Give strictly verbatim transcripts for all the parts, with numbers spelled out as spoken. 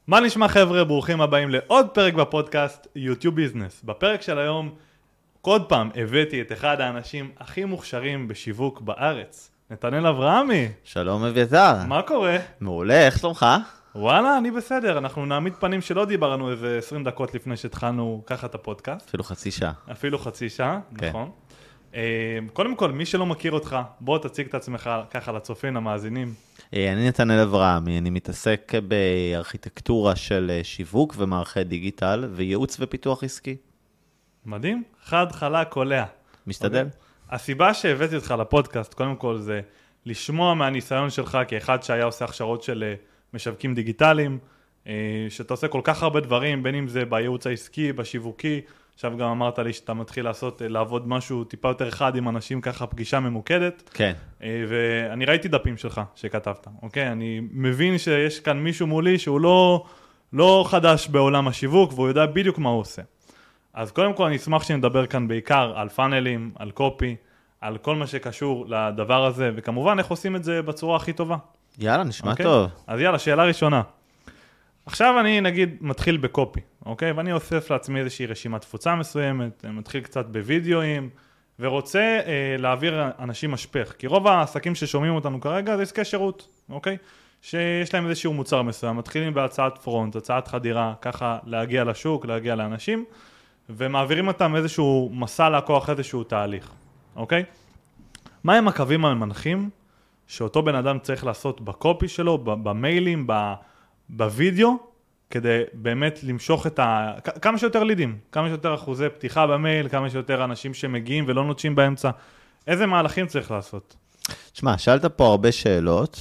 מה נשמע חבר'ה? ברוכים הבאים לעוד פרק בפודקאסט יוטיוב ביזנס. בפרק של היום, עוד פעם הבאתי את אחד האנשים הכי מוכשרים בשיווק בארץ, נתנאל אברהמי. שלום אביתר. מה קורה? מעולה, איך שלומך? וואלה, אני בסדר. אנחנו נעמיד פנים שלא דיברנו איזה עשרים דקות לפני שהתחלנו ככה את הפודקאסט. אפילו חצי שעה. אפילו חצי שעה, כן. נכון. קודם כל, מי שלא מכיר אותך, בוא תציג את עצמך ככה לצופים, המאזינים. אני נתנאל אברהמי, אני מתעסק בארכיטקטורה של שיווק ומערכי דיגיטל וייעוץ ופיתוח עסקי. מדהים, חד חלק קולע. משתדל. הסיבה שהבאתי אותך לפודקאסט, קודם כל זה לשמוע מהניסיון שלך כאחד שהיה עושה הכשרות של משווקים דיגיטליים, שאתה עושה כל כך הרבה דברים, בין אם זה בייעוץ העסקי, בשיווקי, עכשיו גם אמרת לי שאתה מתחיל לעשות, לעבוד משהו טיפה יותר אחד עם אנשים ככה, פגישה ממוקדת. כן. ואני ראיתי דפים שלך שכתבת, אוקיי? אני מבין שיש כאן מישהו מולי שהוא לא, לא חדש בעולם השיווק, והוא יודע בדיוק מה הוא עושה. אז קודם כל אני אשמח שנדבר כאן בעיקר על פאנלים, על קופי, על כל מה שקשור לדבר הזה, וכמובן איך עושים את זה בצורה הכי טובה. יאללה, נשמע אוקיי? טוב. אז יאללה, שאלה ראשונה. עכשיו אני נגיד מתחיל בקופי, אוקיי? ואני אוסף לעצמי איזושהי רשימת תפוצה מסוימת, מתחיל קצת בווידאוים, ורוצה אה, להעביר אנשים משפך. כי רוב העסקים ששומעים אותנו כרגע זה עסקי שירות, אוקיי? שיש להם איזשהו מוצר מסוים, מתחילים בהצעת פרונט, הצעת חדירה, ככה להגיע לשוק, להגיע לאנשים, ומעבירים אותם איזשהו מסע לקוח, איזשהו תהליך, אוקיי? מה הם הקווים המנחים שאותו בן אדם צריך לעשות בקופי שלו, במיילים, בווידאו, כדי באמת למשוך את ה... כמה שיותר לידים, כמה שיותר אחוזי פתיחה במייל, כמה שיותר אנשים שמגיעים ולא נוטשים באמצע. איזה מהלכים צריך לעשות? תשמע, שאלת פה הרבה שאלות.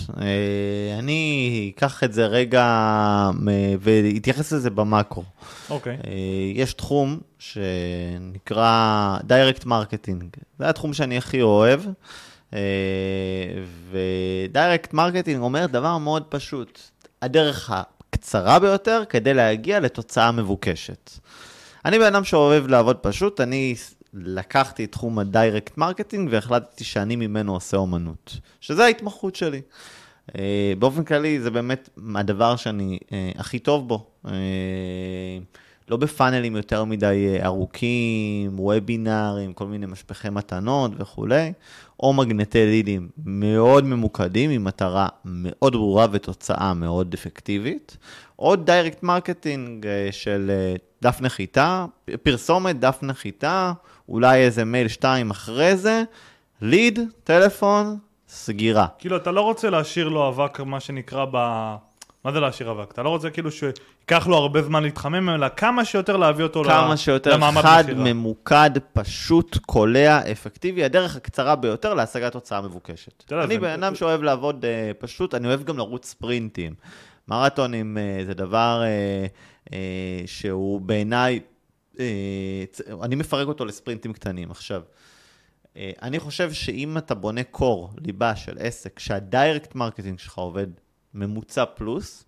אני אקח את זה רגע והתייחס לזה במאקרו. אוקיי. יש תחום שנקרא דיירקט מרקטינג. זה התחום שאני הכי אוהב. ודיירקט מרקטינג אומר דבר מאוד פשוט. הדרך הקצרה ביותר כדי להגיע לתוצאה מבוקשת. אני בן אדם שאוהב לעבוד פשוט, אני לקחתי את תחום הדיירקט מרקטינג והחלטתי שאני ממנו עושה אומנות, שזה ההתמחות שלי. באופן כללי זה באמת הדבר שאני הכי טוב בו. לא בפאנלים יותר מדי ארוכים, וובינרים, כל מיני משפחי מתנות וכו', או מגנטי לידים מאוד ממוקדים, עם מטרה מאוד ברורה ותוצאה מאוד אפקטיבית, או דיירקט מרקטינג של דף נחיתה, פרסומת דף נחיתה, אולי איזה מייל שתיים אחרי זה, ליד, טלפון, סגירה. כאילו אתה לא רוצה להשאיר לו אבק, מה שנקרא ב... מה זה להשאיר אבק? אתה לא רוצה כאילו שיקח לו הרבה זמן להתחמם, אלא כמה שיותר להביא אותו למעמד מחירה. כמה שיותר חד, ממוקד, פשוט, קולע, אפקטיבי, הדרך הקצרה ביותר להשגת תוצאה מבוקשת. אני בן אדם שאוהב לעבוד פשוט, אני אוהב גם לרוץ ספרינטים. מרתונים זה דבר שהוא בעיניי, אני מפרק אותו לספרינטים קטנים. עכשיו, אני חושב שאם אתה בונה קור, ליבה של עסק, שהדיירקט מרקטינג שלך עובד ממוצע פלוס,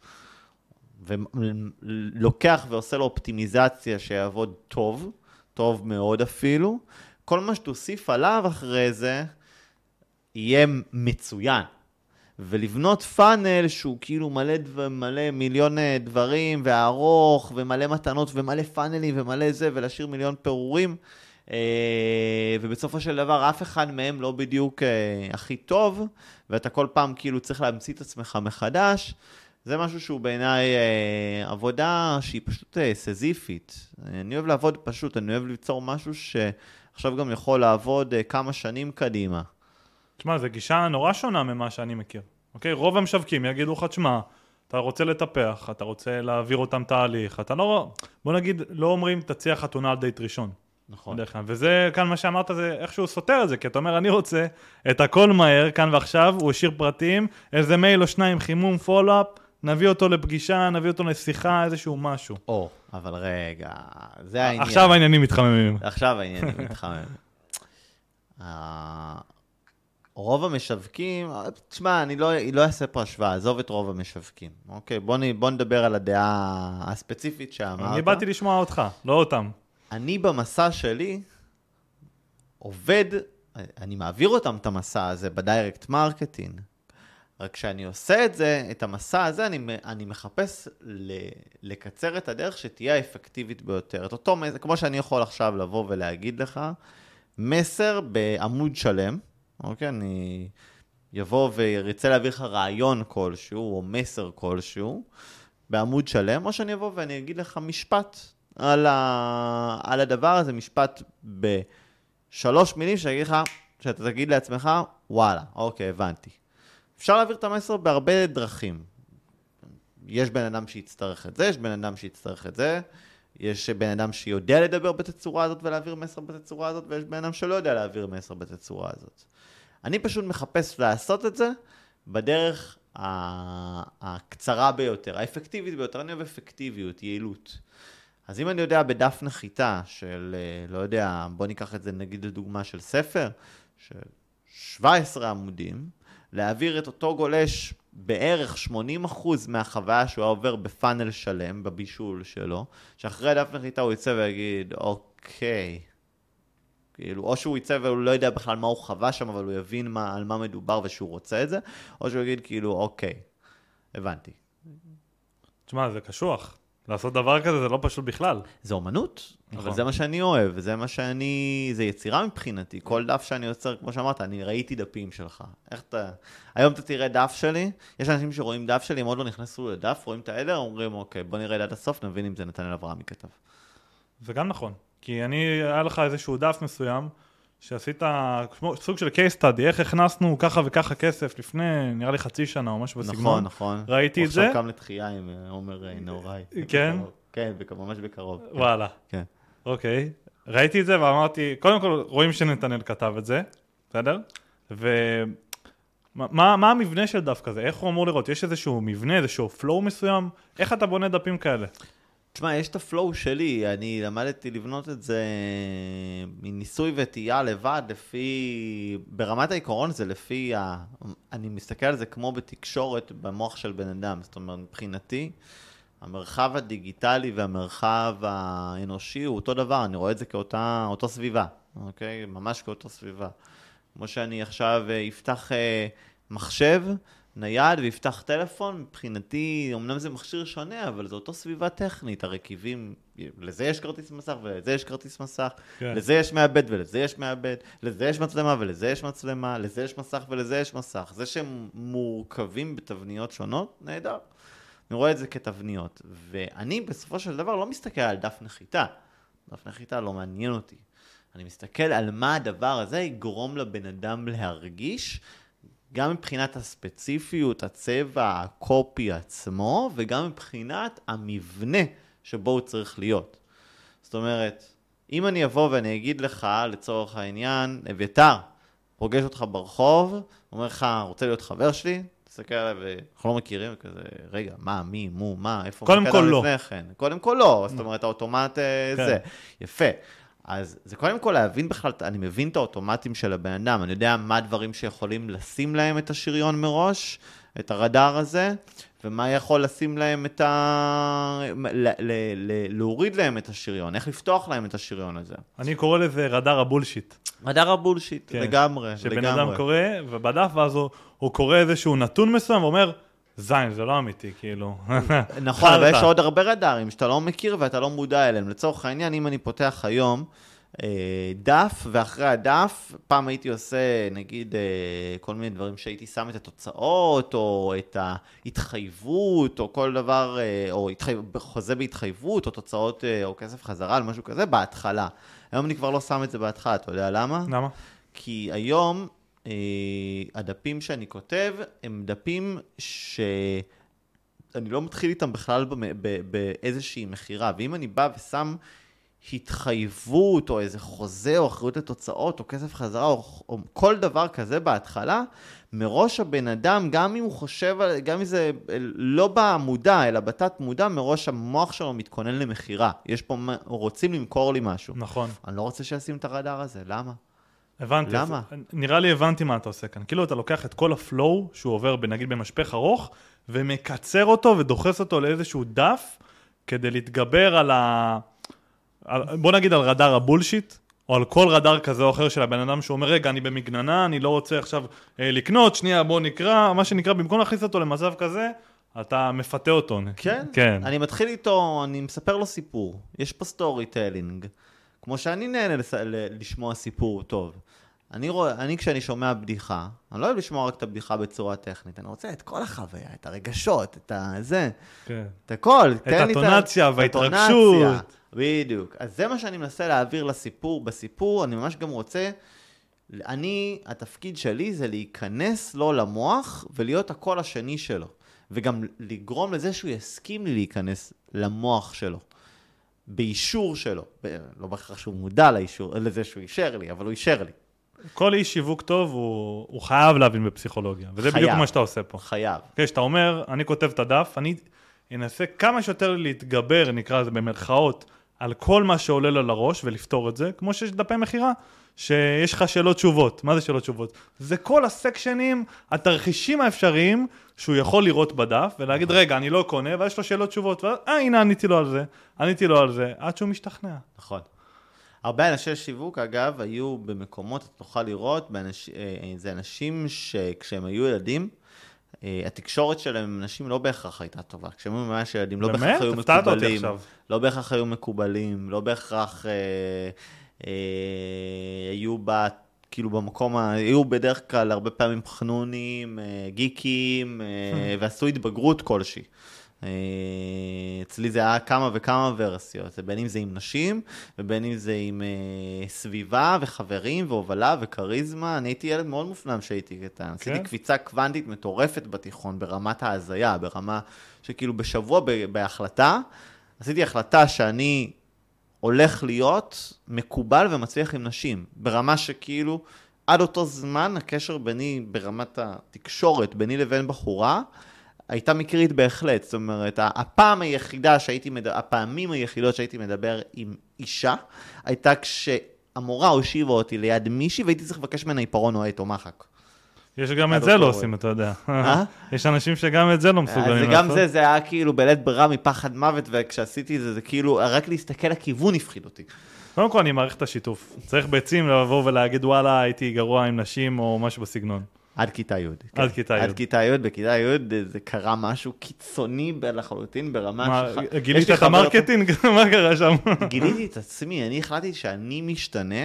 ולוקח ועושה לו אופטימיזציה שיעבוד טוב, טוב מאוד אפילו, כל מה שתוסיף עליו אחרי זה, יהיה מצוין. ולבנות פאנל שהוא כאילו מלא, דבר, מלא מיליון דברים, וארוך, ומלא מתנות, ומלא פאנלים, ומלא זה, ולהשאיר מיליון פירורים, ובסופו של דבר אף אחד מהם לא בדיוק הכי טוב, ואתה כל פעם כאילו צריך להמציא את עצמך מחדש. זה משהו שהוא בעיניי עבודה שהיא פשוט סזיפית. אני אוהב לעבוד פשוט, אני אוהב ליצור משהו שעכשיו גם יכול לעבוד כמה שנים קדימה. תשמע, זו גישה נורא שונה ממה שאני מכיר. אוקיי? רוב המשווקים יגידו לך, תשמע, אתה רוצה לטפח, אתה רוצה להעביר אותם תהליך, אתה לא, בוא נגיד, לא אומרים תציע חתונה על דייט ראשון. נכון. וזה כאן מה שאמרת, זה איכשהו סותר את זה, כי אתה אומר, אני רוצה את הכל מהר, כאן ועכשיו, הוא השאיר פרטים, איזה מייל או שניים, חימום, פולו-אפ, נביא אותו לפגישה, נביא אותו לשיחה, איזשהו משהו. או, אבל רגע, זה העניין. עכשיו העניינים מתחממים. עכשיו העניינים מתחממים. רוב המשווקים, תשמע, אני לא, לא אעשה פה השוואה, עזוב את רוב המשווקים. אוקיי, בוא, בוא נדבר על הדעה הספציפית שאמרת. אני באתי לשמוע אותך, לא אותם. אני במסע שלי עובד, אני מעביר אותם את המסע הזה בדיירקט מרקטינג, רק כשאני עושה את זה, את המסע הזה, אני, אני מחפש ל, לקצר את הדרך שתהיה האפקטיבית ביותר. את אותו, כמו שאני יכול עכשיו לבוא ולהגיד לך, מסר בעמוד שלם, אוקיי? אני יבוא וירצה להעביר לך רעיון כלשהו, או מסר כלשהו, בעמוד שלם, או שאני אבוא ואני אגיד לך משפט על, ה, על הדבר הזה, משפט בשלוש מילים שאני אגיד לך, שאתה תגיד לעצמך, וואלה, אוקיי, הבנתי. אפשר להעביר את המסר בהרבה דרכים. יש בן אדם שיצטרך את זה, יש בן אדם שיצטרך את זה, יש בן אדם שיודע לדבר בתצורה הזאת ולהעביר מסר בתצורה הזאת, ויש בן אדם שלא יודע להעביר מסר בתצורה הזאת. אני פשוט מחפש לעשות את זה בדרך הקצרה ביותר, האפקטיבית ביותר. אני אוהב אפקטיביות, יעילות. אז אם אני יודע בדף נחיתה של, לא יודע, בוא ניקח את זה נגיד לדוגמה של ספר, של שבע עשרה עמודים, להעביר את אותו גולש בערך שמונים אחוז מהחוויה שהוא עובר בפאנל שלם, בבישול שלו, שאחרי הדף נחיתה הוא יצא ויגיד, אוקיי, כאילו, או שהוא יצא והוא לא יודע בכלל מה הוא חווה שם, אבל הוא יבין מה, על מה מדובר ושהוא רוצה את זה, או שהוא יגיד כאילו, אוקיי, הבנתי. תשמע, זה קשוח. לעשות דבר כזה זה לא פשוט בכלל. זה אומנות, נכון. אבל זה מה שאני אוהב, זה מה שאני, זה יצירה מבחינתי. כל דף שאני יוצר, כמו שאמרת, אני ראיתי דפים שלך. איך אתה, היום אתה תראה דף שלי, יש אנשים שרואים דף שלי, הם עוד לא נכנסו לדף, רואים את העדר, אומרים, אוקיי, בוא נראה עד הסוף, נבין אם זה נתנאל אברהמי כתב. זה גם נכון, כי אני, היה לך איזשהו דף מסוים, שעשית כמו סוג של case study, איך הכנסנו ככה וככה כסף לפני, נראה לי חצי שנה או משהו בסגנון. נכון, נכון. ראיתי את זה. הוא עכשיו קם לתחייה עם עומר נאורי. כן? כן, ממש בקרוב. וואלה. כן. אוקיי. ראיתי את זה ואמרתי, קודם כל רואים שנתנאל כתב את זה, בסדר? ומה מה המבנה של דף כזה? איך הוא אמור לראות? יש איזשהו מבנה, איזשהו flow מסוים? איך אתה בונה דפים כאלה? תשמע, יש את הפלואו שלי, אני למדתי לבנות את זה מניסוי וטעייה לבד, לפי, ברמת העיקרון זה לפי, ה... אני מסתכל על זה כמו בתקשורת במוח של בן אדם, זאת אומרת, מבחינתי, המרחב הדיגיטלי והמרחב האנושי הוא אותו דבר, אני רואה את זה כאותה אותו סביבה, אוקיי? ממש כאותו סביבה. כמו שאני עכשיו אפתח מחשב, נייד ויפתח טלפון, מבחינתי, אמנם זה מכשיר שונה, אבל זה אותו סביבה טכנית, הרכיבים, לזה יש כרטיס מסך ולזה יש כרטיס מסך, כן. לזה יש מעבד ולזה יש מעבד, לזה יש מצלמה ולזה יש מצלמה, לזה יש מסך ולזה יש מסך. זה שהם מורכבים בתבניות שונות, נהדר. אני רואה את זה כתבניות, ואני בסופו של דבר לא מסתכל על דף נחיתה. דף נחיתה לא מעניין אותי. אני מסתכל על מה הדבר הזה יגרום לבן אדם להרגיש, גם מבחינת הספציפיות, הצבע, הקופי עצמו, וגם מבחינת המבנה שבו הוא צריך להיות. זאת אומרת, אם אני אבוא ואני אגיד לך, לצורך העניין, אביתר, פוגש אותך ברחוב, אומר לך, רוצה להיות חבר שלי? תסתכל עליו, ואנחנו לא מכירים, כזה, רגע, מה, מי, מו, מה, איפה? קודם כל לא. כן. קודם כל לא, זאת אומרת, האוטומט זה. יפה. אז זה קודם כל להבין בכלל, אני מבין את האוטומטים של הבן אדם, אני יודע מה הדברים שיכולים לשים להם את השריון מראש, את הרדאר הזה, ומה יכול לשים להם את ה... ל- ל- ל- להוריד להם את השריון, איך לפתוח להם את השריון הזה. אני קורא לזה רדאר הבולשיט. רדאר הבולשיט, כן. לגמרי, שבן לגמרי. אדם קורא, ובדף ואז הוא, הוא קורא איזשהו נתון מסוים, ואומר, זין, זה לא אמיתי, כאילו. נכון, אבל יש עוד הרבה רדארים שאתה לא מכיר ואתה לא מודע אליהם. לצורך העניין, אם אני פותח היום דף, ואחרי הדף, פעם הייתי עושה, נגיד, כל מיני דברים שהייתי שם את התוצאות, או את ההתחייבות, או כל דבר, או חוזה בהתחייבות, או תוצאות, או כסף חזרה, על משהו כזה, בהתחלה. היום אני כבר לא שם את זה בהתחלה, אתה יודע למה? למה? כי היום, הדפים שאני כותב, הם דפים שאני לא מתחיל איתם בכלל באיזושהי מחירה, ואם אני בא ושם התחייבות, או איזה חוזה, או אחריות לתוצאות, או כסף חזרה, או, או כל דבר כזה בהתחלה, מראש הבן אדם, גם אם הוא חושב, גם אם זה לא במודע, אלא בתת מודע, מראש המוח שלו מתכונן למחירה. יש פה, רוצים למכור לי משהו. נכון. אני לא רוצה שישים את הרדאר הזה, למה? הבנתי. למה? נראה לי הבנתי מה אתה עושה כאן. כאילו אתה לוקח את כל הפלואו שהוא עובר, נגיד במשפך ארוך, ומקצר אותו ודוחס אותו לאיזשהו דף, כדי להתגבר על ה... בוא נגיד על רדאר הבולשיט, או על כל רדאר כזה או אחר של הבן אדם שהוא אומר, רגע, אני במגננה, אני לא רוצה עכשיו אה, לקנות, שנייה, בוא נקרא, מה שנקרא, במקום להכניס אותו למצב כזה, אתה מפתה אותו. כן? כן. אני מתחיל איתו, אני מספר לו סיפור. יש פה סטורי טיילינג. כמו שאני נהנה לס... לשמוע סיפור טוב. אני, רואה, אני כשאני שומע בדיחה, אני לא אוהב לשמוע רק את הבדיחה בצורה טכנית, אני רוצה את כל החוויה, את הרגשות, את הזה, כן. את הכל. את הטונציה את... וההתרגשות. בדיוק. אז זה מה שאני מנסה להעביר לסיפור. בסיפור אני ממש גם רוצה, אני, התפקיד שלי זה להיכנס לו למוח ולהיות הקול השני שלו. וגם לגרום לזה שהוא יסכים לי להיכנס למוח שלו. באישור שלו. ב- לא בהכרח שהוא מודע לאישור, לזה שהוא אישר לי, אבל הוא אישר לי. כל איש שיווק טוב, הוא, הוא חייב להבין בפסיכולוגיה, וזה חייב. בדיוק מה שאתה עושה פה. חייב. כשאתה אומר, אני כותב את הדף, אני אנסה כמה שיותר להתגבר, נקרא לזה במרכאות, על כל מה שעולה לו לראש ולפתור את זה, כמו שיש דפי מחירה, שיש לך שאלות תשובות. מה זה שאלות תשובות? זה כל הסקשנים, התרחישים האפשריים, שהוא יכול לראות בדף, ולהגיד, רגע, אני לא קונה, ויש לו שאלות תשובות, ואז, אה, הנה, עניתי לו על זה, עניתי לו על זה, עד שהוא משתכנע. נכון. הרבה אנשי שיווק, אגב, היו במקומות, אתה תוכל לראות, באנש... זה אנשים שכשהם היו ילדים, התקשורת שלהם עם אנשים לא בהכרח הייתה טובה. כשהם היו ממש ילדים, לא בהכרח היו מקובלים. לא בהכרח היו מקובלים, לא בהכרח אה, אה, היו בה, כאילו במקום, היו בדרך כלל הרבה פעמים חנונים, אה, גיקים, אה, ועשו התבגרות כלשהי. אצלי זה היה כמה וכמה ורסיות, בין אם זה עם נשים, ובין אם זה עם אה, סביבה וחברים והובלה וקריזמה. אני הייתי ילד מאוד מופנם שהייתי קטן. כן? עשיתי קפיצה קוונטית מטורפת בתיכון, ברמת ההזיה, ברמה שכאילו בשבוע ב- בהחלטה, עשיתי החלטה שאני הולך להיות מקובל ומצליח עם נשים, ברמה שכאילו עד אותו זמן הקשר ביני, ברמת התקשורת, ביני לבין בחורה, הייתה מקרית בהחלט. זאת אומרת, הפעם היחידה שהייתי מדבר, הפעמים היחידות שהייתי מדבר עם אישה, הייתה כשהמורה הושיבה אותי ליד מישהי, והייתי צריך לבקש ממנה עיפרון או עט או מחק. יש גם את זה לא עושים, אתה יודע. יש אנשים שגם את זה לא מסוגלים לעשות. גם זה, זה היה כאילו בלית ברירה מפחד מוות, וכשעשיתי זה, זה כאילו, רק להסתכל לכיוון הפחיד אותי. קודם כל, אני מעריך את השיתוף. צריך ביצים לבוא ולהגיד, וואלה, הייתי גרוע עם נשים או משהו בסגנון. עד כיתה י'. עד כיתה י'. עד כיתה י', בכיתה י' זה קרה משהו קיצוני לחלוטין ברמה שלך. גילית את המרקטינג? מה קרה שם? גיליתי את עצמי, אני החלטתי שאני משתנה.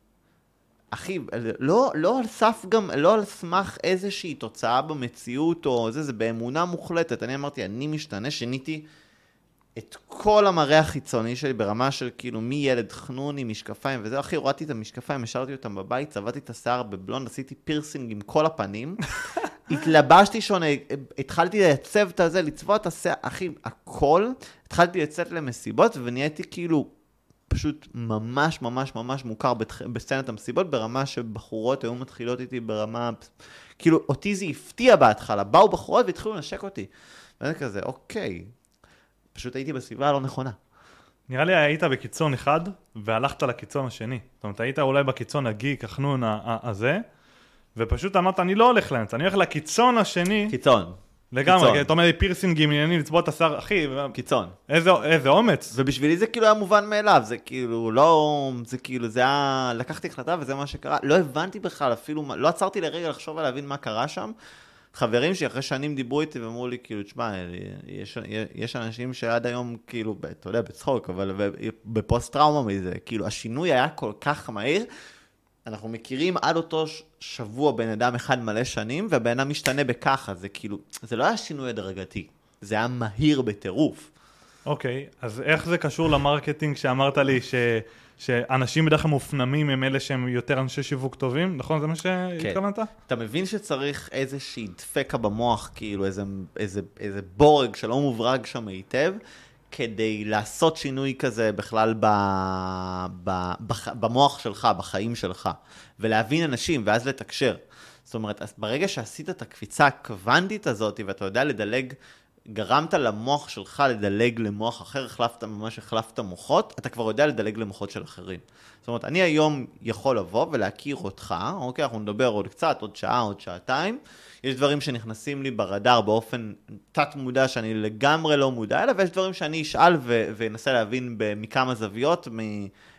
אחי, לא, לא על סף גם, לא על סמך איזושהי תוצאה במציאות או זה, זה באמונה מוחלטת. אני אמרתי, אני משתנה, שיניתי את כל המראה החיצוני שלי ברמה של כאילו מי ילד חנון עם משקפיים וזה. אחי, הורדתי את המשקפיים, השארתי אותם בבית, צבעתי את השיער בבלונד, עשיתי פירסינג עם כל הפנים, התלבשתי שונה, התחלתי לייצב את הזה, לצבוע את השיער, אחי, הכל, התחלתי לצאת למסיבות ונהייתי כאילו פשוט ממש ממש ממש מוכר בסצנת המסיבות, ברמה שבחורות היו מתחילות איתי ברמה, כאילו אותי זה הפתיע בהתחלה, באו בחורות והתחילו לנשק אותי. ואני כזה, אוקיי, פשוט הייתי בסביבה הלא נכונה. נראה לי היית בקיצון אחד, והלכת לקיצון השני. זאת אומרת, היית אולי בקיצון הגיק, החנון הזה, ופשוט אמרת, אני לא הולך לאמצע, אני הולך לקיצון השני. קיצון. לגמרי, אתה אומר לי פירסינגים, עניינים, לצבוע את השיער, אחי. קיצון. איזה, איזה אומץ. ובשבילי זה כאילו היה מובן מאליו, זה כאילו לא, זה כאילו, זה היה, לקחתי החלטה וזה מה שקרה. לא הבנתי בכלל אפילו, לא עצרתי לרגע לחשוב ולהבין מה קרה שם. חברים שאחרי שנים דיברו איתי ואמרו לי, כאילו, תשמע, יש, יש אנשים שעד היום, כאילו, אתה יודע, בצחוק, אבל בפוסט טראומה מזה, כאילו, השינוי היה כל כך מהיר, אנחנו מכירים עד אותו שבוע בן אדם אחד מלא שנים, והבן אדם משתנה בככה, זה כאילו, זה לא היה שינוי הדרגתי, זה היה מהיר בטירוף. אוקיי, אז איך זה קשור למרקטינג שאמרת לי ש... שאנשים בדרך כלל מופנמים הם אלה שהם יותר אנשי שיווק טובים, נכון? זה מה שהתכוונת? אתה מבין שצריך איזושהי דפקה במוח, כאילו איזה, איזה, איזה בורג שלא מוברג שם היטב, כדי לעשות שינוי כזה בכלל ב, ב, בח, במוח שלך, בחיים שלך, ולהבין אנשים ואז לתקשר. זאת אומרת, ברגע שעשית את הקפיצה הקוונטית הזאת, ואתה יודע לדלג, גרמת למוח שלך לדלג למוח אחר, החלפת, ממש החלפת מוחות, אתה כבר יודע לדלג למוחות של אחרים. זאת אומרת, אני היום יכול לבוא ולהכיר אותך, אוקיי, אנחנו נדבר עוד קצת, עוד שעה, עוד שעתיים, יש דברים שנכנסים לי ברדאר באופן תת מודע שאני לגמרי לא מודע אליו, ויש דברים שאני אשאל ו- ואנסה להבין מכמה זוויות, מ-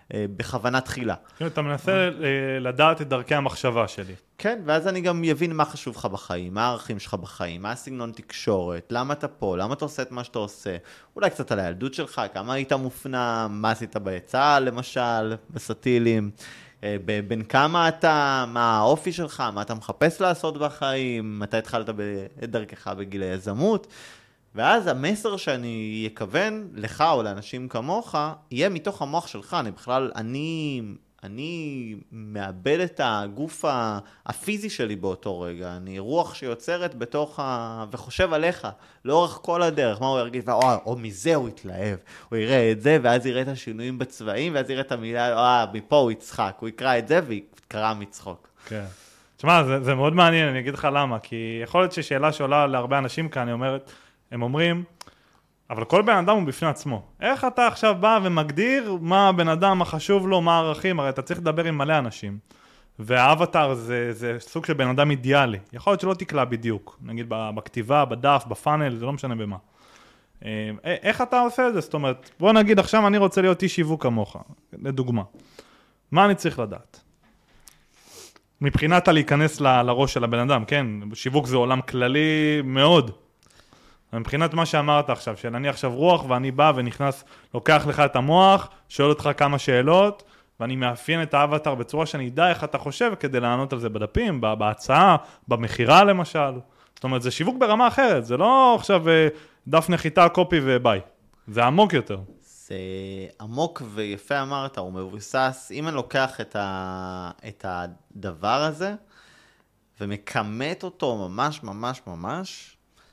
בכוונה תחילה. אתה מנסה לדעת את דרכי המחשבה שלי. כן, ואז אני גם יבין מה חשוב לך בחיים, מה הערכים שלך בחיים, מה הסגנון תקשורת, למה אתה פה, למה אתה עושה את מה שאתה עושה, אולי קצת על הילדות שלך, כמה היית מופנם, מה עשית בצה"ל למשל, בסטילים, בין כמה אתה, מה האופי שלך, מה אתה מחפש לעשות בחיים, מתי התחלת בדרכך בגיל היזמות, ואז המסר שאני אכוון לך או לאנשים כמוך, יהיה מתוך המוח שלך, אני בכלל, אני... אני מאבד את הגוף הפיזי שלי באותו רגע, אני רוח שיוצרת בתוך ה... וחושב עליך, לאורך כל הדרך, מה הוא ירגיש, או, או מזה הוא יתלהב, הוא יראה את זה, ואז יראה את השינויים בצבעים, ואז יראה את המילה, או, מפה הוא יצחק, הוא יקרא את זה ויקרא מצחוק. כן. תשמע, זה, זה מאוד מעניין, אני אגיד לך למה, כי יכול להיות ששאלה שעולה להרבה אנשים כאן, היא אומרת, הם אומרים, אבל כל בן אדם הוא בפני עצמו. איך אתה עכשיו בא ומגדיר מה הבן אדם, מה חשוב לו, מה הערכים? הרי אתה צריך לדבר עם מלא אנשים. והאבטר זה, זה סוג של בן אדם אידיאלי. יכול להיות שלא תקלע בדיוק. נגיד בכתיבה, בדף, בפאנל, זה לא משנה במה. איך אתה עושה את זה? זאת אומרת, בוא נגיד עכשיו אני רוצה להיות איש שיווק כמוך. לדוגמה. מה אני צריך לדעת? מבחינת להיכנס ל, לראש של הבן אדם, כן? שיווק זה עולם כללי מאוד. מבחינת מה שאמרת עכשיו, שאני עכשיו רוח ואני בא ונכנס, לוקח לך את המוח, שואל אותך כמה שאלות, ואני מאפיין את האבטר בצורה שאני אדע איך אתה חושב כדי לענות על זה בדפים, בהצעה, במחירה למשל. זאת אומרת, זה שיווק ברמה אחרת, זה לא עכשיו דף נחיתה, קופי וביי. זה עמוק יותר. זה עמוק ויפה אמרת, הוא מבוסס. אם אני לוקח את, ה... את הדבר הזה ומקמת אותו ממש ממש ממש,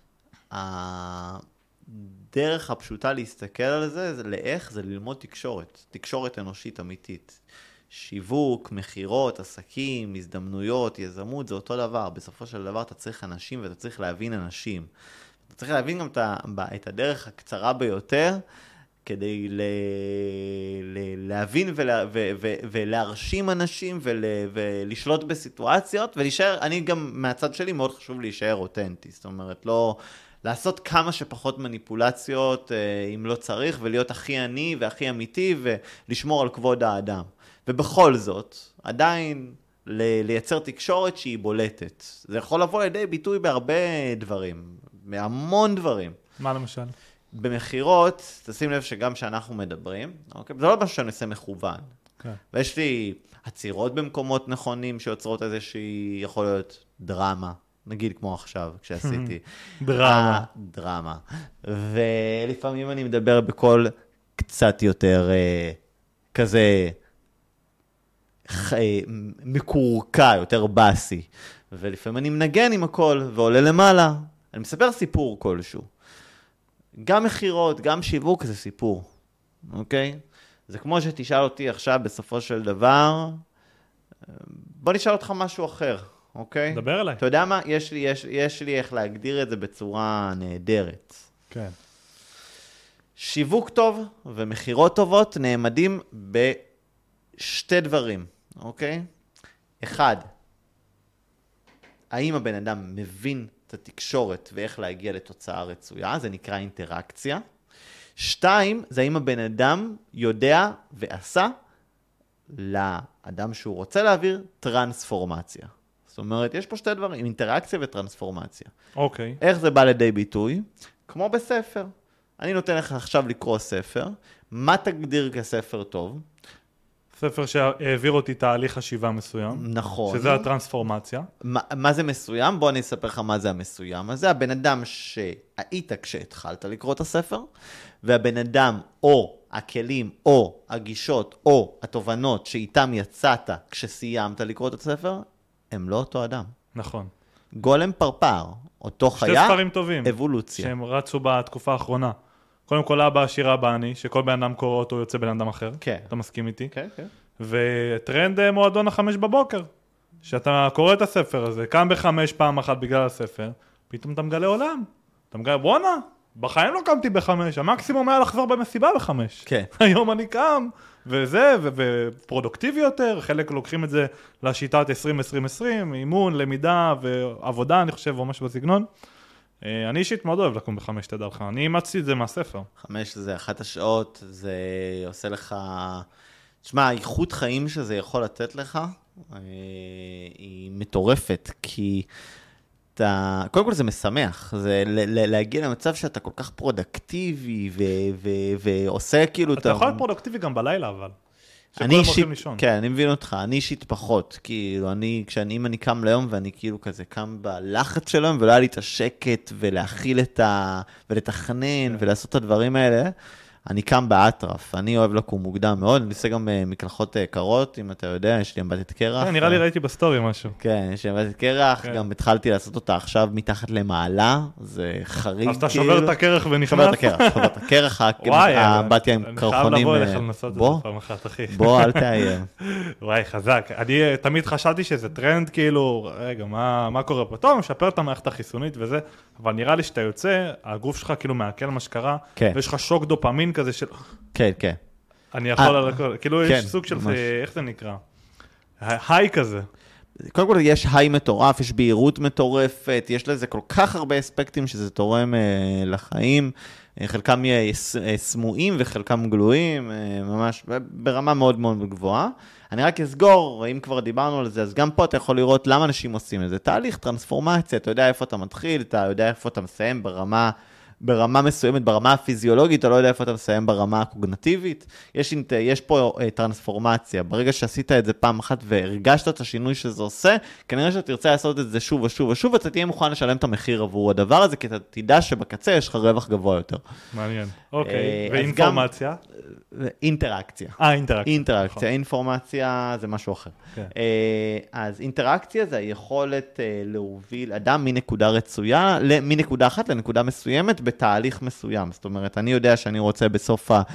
הדרך הפשוטה להסתכל על זה, זה לאיך, זה ללמוד תקשורת, תקשורת אנושית אמיתית. שיווק, מחירות, עסקים, הזדמנויות, יזמות, זה אותו דבר. בסופו של דבר אתה צריך אנשים ואתה צריך להבין אנשים. אתה צריך להבין גם את הדרך הקצרה ביותר, כדי ל... ל... להבין ולה... ו... ו... ולהרשים אנשים ול... ולשלוט בסיטואציות, ולהישאר, אני גם מהצד שלי מאוד חשוב להישאר אותנטי, זאת אומרת, לא... לעשות כמה שפחות מניפולציות, אם לא צריך, ולהיות הכי עני והכי אמיתי, ולשמור על כבוד האדם. ובכל זאת, עדיין לייצר תקשורת שהיא בולטת. זה יכול לבוא לידי ביטוי בהרבה דברים, בהמון דברים. מה למשל? במחירות, תשים לב שגם שאנחנו מדברים, אוקיי? זה לא משהו שאני עושה מכוון. Okay. ויש לי עצירות במקומות נכונים שיוצרות איזושהי, יכול להיות דרמה. נגיד כמו עכשיו, כשעשיתי. דרמה. דרמה. ולפעמים אני מדבר בקול קצת יותר כזה מקורקע, יותר בסי. ולפעמים אני מנגן עם הקול ועולה למעלה. אני מספר סיפור כלשהו. גם מחירות, גם שיווק זה סיפור. אוקיי? זה כמו שתשאל אותי עכשיו בסופו של דבר, בוא נשאל אותך משהו אחר. אוקיי? דבר אליי. אתה יודע מה? יש לי, יש, יש לי איך להגדיר את זה בצורה נהדרת. כן. שיווק טוב ומחירות טובות נעמדים בשתי דברים, אוקיי? אחד, האם הבן אדם מבין את התקשורת ואיך להגיע לתוצאה רצויה, זה נקרא אינטראקציה. שתיים, זה האם הבן אדם יודע ועשה לאדם שהוא רוצה להעביר טרנספורמציה. זאת אומרת, יש פה שתי דברים, אינטראקציה וטרנספורמציה. אוקיי. איך זה בא לידי ביטוי? כמו בספר. אני נותן לך עכשיו לקרוא ספר, מה תגדיר כספר טוב? ספר שהעביר אותי תהליך חשיבה מסוים. נכון. שזה הטרנספורמציה. מה, מה זה מסוים? בוא אני אספר לך מה זה המסוים. אז זה הבן אדם שהיית כשהתחלת לקרוא את הספר, והבן אדם או הכלים או הגישות או התובנות שאיתם יצאת כשסיימת לקרוא את הספר, הם לא אותו אדם. נכון. גולם פרפר, אותו חיה, שתי ספרים טובים. אבולוציה. שהם רצו בתקופה האחרונה. קודם כל אבא עשירה באני, שכל בן אדם קורא אותו יוצא בן אדם אחר. כן. אתה מסכים איתי? כן, כן. וטרנד מועדון החמש בבוקר. שאתה קורא את הספר הזה, קם בחמש פעם אחת בגלל הספר, פתאום אתה מגלה עולם. אתה מגלה, בואנה, בחיים לא קמתי בחמש, המקסימום היה לחזור במסיבה בחמש. כן. היום אני קם, וזה, ופרודוקטיבי יותר, חלק לוקחים את זה לשיטת עשרים עשרים עשרים, אימון, למידה ועבודה, אני חושב, או משהו בסגנון. אני אישית מאוד אוהב לקום בחמש, תדע לך. אני אימצתי את זה מהספר. חמש זה אחת השעות, זה עושה לך תשמע, האיכות חיים שזה יכול לתת לך, היא מטורפת, כי אתה, קודם כל זה משמח, זה להגיע למצב שאתה כל כך פרודקטיבי, ועושה כאילו... אתה יכול להיות פרודקטיבי גם בלילה, אבל... אני אישית, כן, אני מבין אותך, אני אישית פחות, כאילו, אני, כשאני, אם אני קם ליום, ואני כאילו כזה קם בלחץ של היום, ולא היה לי את השקט, ולהכיל את ה... ולתכנן, ולעשות את הדברים האלה, אני קם באטרף, אני אוהב לקום מוקדם מאוד, אני עושה גם מקלחות קרות, אם אתה יודע, יש לי אמבטת קרח. כן, נראה לי ראיתי בסטורי משהו. כן, יש לי אמבטת קרח, גם התחלתי לעשות אותה עכשיו מתחת למעלה, זה חריג. אז אתה שובר את הקרח ונכנס? שובר את הקרח, שובר את הקרח, האמבטיה עם קרחונים. אני חייב לבוא אליך לנסות את זה פעם אחת, אחי. בוא, אל תאיים. וואי, חזק. אני תמיד חשבתי שזה טרנד, כאילו, רגע, מה קורה פה? טוב, משפר את המערכת החיסונית וזה, אבל נראה לי שאתה יוצא, הגוף שלך כאילו מעכל מה שקרה, ויש לך שוק דופמין כזה של... כן, כן. אני יכול על הכל, כאילו יש סוג של, איך זה נקרא? היי כזה. קודם כל יש היי מטורף, יש בהירות מטורפת, יש לזה כל כך הרבה אספקטים שזה תורם לחיים, חלקם סמויים וחלקם גלויים, ממש ברמה מאוד מאוד גבוהה. אני רק אסגור, אם כבר דיברנו על זה, אז גם פה אתה יכול לראות למה אנשים עושים את זה. תהליך, טרנספורמציה, אתה יודע איפה אתה מתחיל, אתה יודע איפה אתה מסיים ברמה... ברמה מסוימת, ברמה הפיזיולוגית, אתה לא יודע איפה אתה מסיים ברמה הקוגנטיבית. יש, יש פה uh, טרנספורמציה. ברגע שעשית את זה פעם אחת והרגשת את השינוי שזה עושה, כנראה שאתה תרצה לעשות את זה שוב ושוב ושוב, ואתה תהיה מוכן לשלם את המחיר עבור הדבר הזה, כי אתה תדע שבקצה יש לך רווח גבוה יותר. מעניין. אוקיי. Uh, ואינפורמציה? גם, אינטראקציה. אה, אינטראקציה. אינטראקציה. נכון. אינפורמציה זה משהו אחר. כן. Uh, אז אינטראקציה זה היכולת uh, להוביל אדם מנקודה רצויה, מנקודה אחת לנקודה מסוימת, בתהליך מסוים. זאת אומרת, אני יודע שאני רוצה בסוף ה...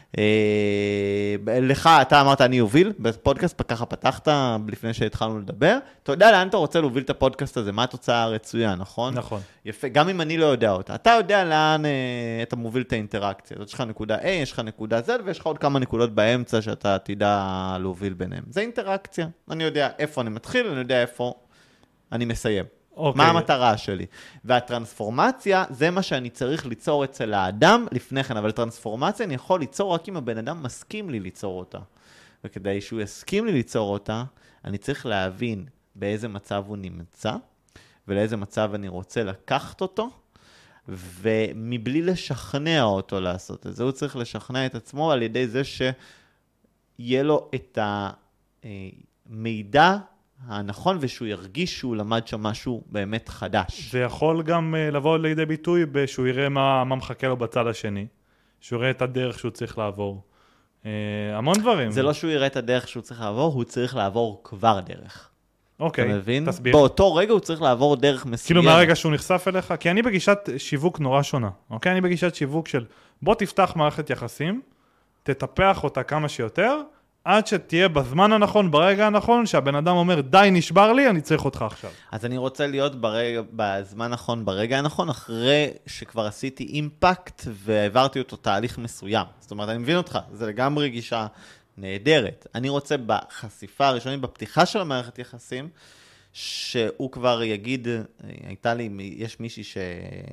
לך, אתה אמרת, אני אוביל, בפודקאסט, ככה פתחת לפני שהתחלנו לדבר. אתה יודע לאן אתה רוצה להוביל את הפודקאסט הזה, מה התוצאה הרצויה, נכון? נכון. יפה, גם אם אני לא יודע אותה. אתה יודע לאן אתה מוביל את האינטראקציה. זאת יש לך נקודה A, יש לך נקודה Z, ויש לך עוד כמה נקודות באמצע שאתה תדע להוביל ביניהם. זה אינטראקציה. אני יודע איפה אני מתחיל, אני יודע איפה אני מסיים. Okay. מה המטרה שלי? והטרנספורמציה זה מה שאני צריך ליצור אצל האדם לפני כן, אבל טרנספורמציה אני יכול ליצור רק אם הבן אדם מסכים לי ליצור אותה. וכדי שהוא יסכים לי ליצור אותה, אני צריך להבין באיזה מצב הוא נמצא, ולאיזה מצב אני רוצה לקחת אותו, ומבלי לשכנע אותו לעשות את זה, הוא צריך לשכנע את עצמו על ידי זה שיהיה לו את המידע, הנכון, ושהוא ירגיש שהוא למד שם משהו באמת חדש. זה יכול גם uh, לבוא לידי ביטוי, שהוא יראה מה, מה מחכה לו בצד השני, שהוא יראה את הדרך שהוא צריך לעבור. Uh, המון דברים. זה לא שהוא יראה את הדרך שהוא צריך לעבור, הוא צריך לעבור כבר דרך. אוקיי, אתה מבין? תסביר. באותו רגע הוא צריך לעבור דרך מסוימת. כאילו מהרגע שהוא נחשף אליך, כי אני בגישת שיווק נורא שונה, אוקיי? אני בגישת שיווק של בוא תפתח מערכת יחסים, תטפח אותה כמה שיותר, עד שתהיה בזמן הנכון, ברגע הנכון, שהבן אדם אומר, די, נשבר לי, אני צריך אותך עכשיו. אז אני רוצה להיות ברגע, בזמן הנכון, ברגע הנכון, אחרי שכבר עשיתי אימפקט, והעברתי אותו תהליך מסוים. זאת אומרת, אני מבין אותך, זה לגמרי גישה נהדרת. אני רוצה בחשיפה הראשונית, בפתיחה של המערכת יחסים, שהוא כבר יגיד, הייתה לי, יש מישהי ש...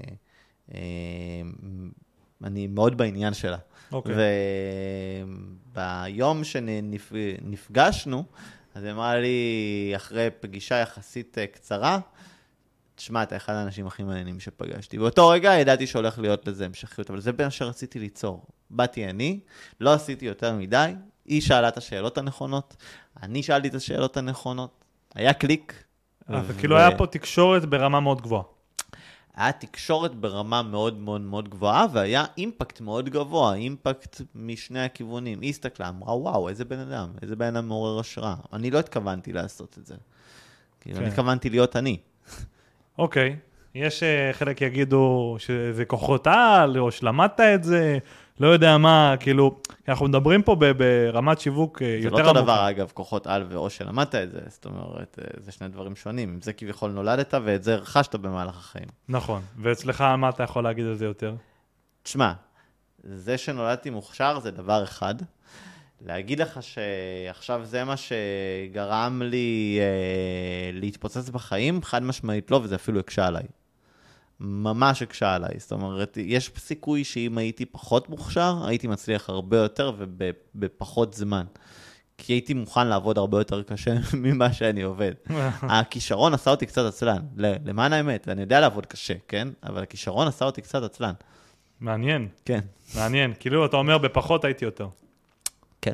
אני מאוד בעניין שלה. Okay. וביום שנפגשנו, אז היא אמרה לי, אחרי פגישה יחסית קצרה, תשמע, אתה אחד האנשים הכי מעניינים שפגשתי. באותו רגע ידעתי שהולך להיות לזה המשכיות, אבל זה מה שרציתי ליצור. באתי אני, לא עשיתי יותר מדי, היא שאלה את השאלות הנכונות, אני שאלתי את השאלות הנכונות, היה קליק. אז כאילו היה פה תקשורת ברמה מאוד גבוהה. היה תקשורת ברמה מאוד מאוד מאוד גבוהה, והיה אימפקט מאוד גבוה, אימפקט משני הכיוונים. היא הסתכלה, אמרה, וואו, איזה בן אדם, איזה בן אדם מעורר השראה. אני לא התכוונתי לעשות את זה. כאילו, אני התכוונתי להיות אני. אוקיי. יש חלק יגידו שזה כוחות על, או שלמדת את זה, לא יודע מה, כאילו, אנחנו מדברים פה ברמת שיווק יותר עמוקה. זה לא אותו דבר, אגב, כוחות על ואו שלמדת את זה, זאת אומרת, זה שני דברים שונים. זה כביכול נולדת ואת זה רכשת במהלך החיים. נכון, ואצלך מה אתה יכול להגיד על זה יותר? תשמע, זה שנולדתי מוכשר זה דבר אחד. להגיד לך שעכשיו זה מה שגרם לי אה, להתפוצץ בחיים, חד משמעית לא, וזה אפילו הקשה עליי. ממש הקשה עליי. זאת אומרת, יש סיכוי שאם הייתי פחות מוכשר, הייתי מצליח הרבה יותר ובפחות זמן. כי הייתי מוכן לעבוד הרבה יותר קשה ממה שאני עובד. הכישרון עשה אותי קצת עצלן, למען האמת, אני יודע לעבוד קשה, כן? אבל הכישרון עשה אותי קצת עצלן. מעניין. כן. מעניין, כאילו אתה אומר בפחות הייתי יותר. כן.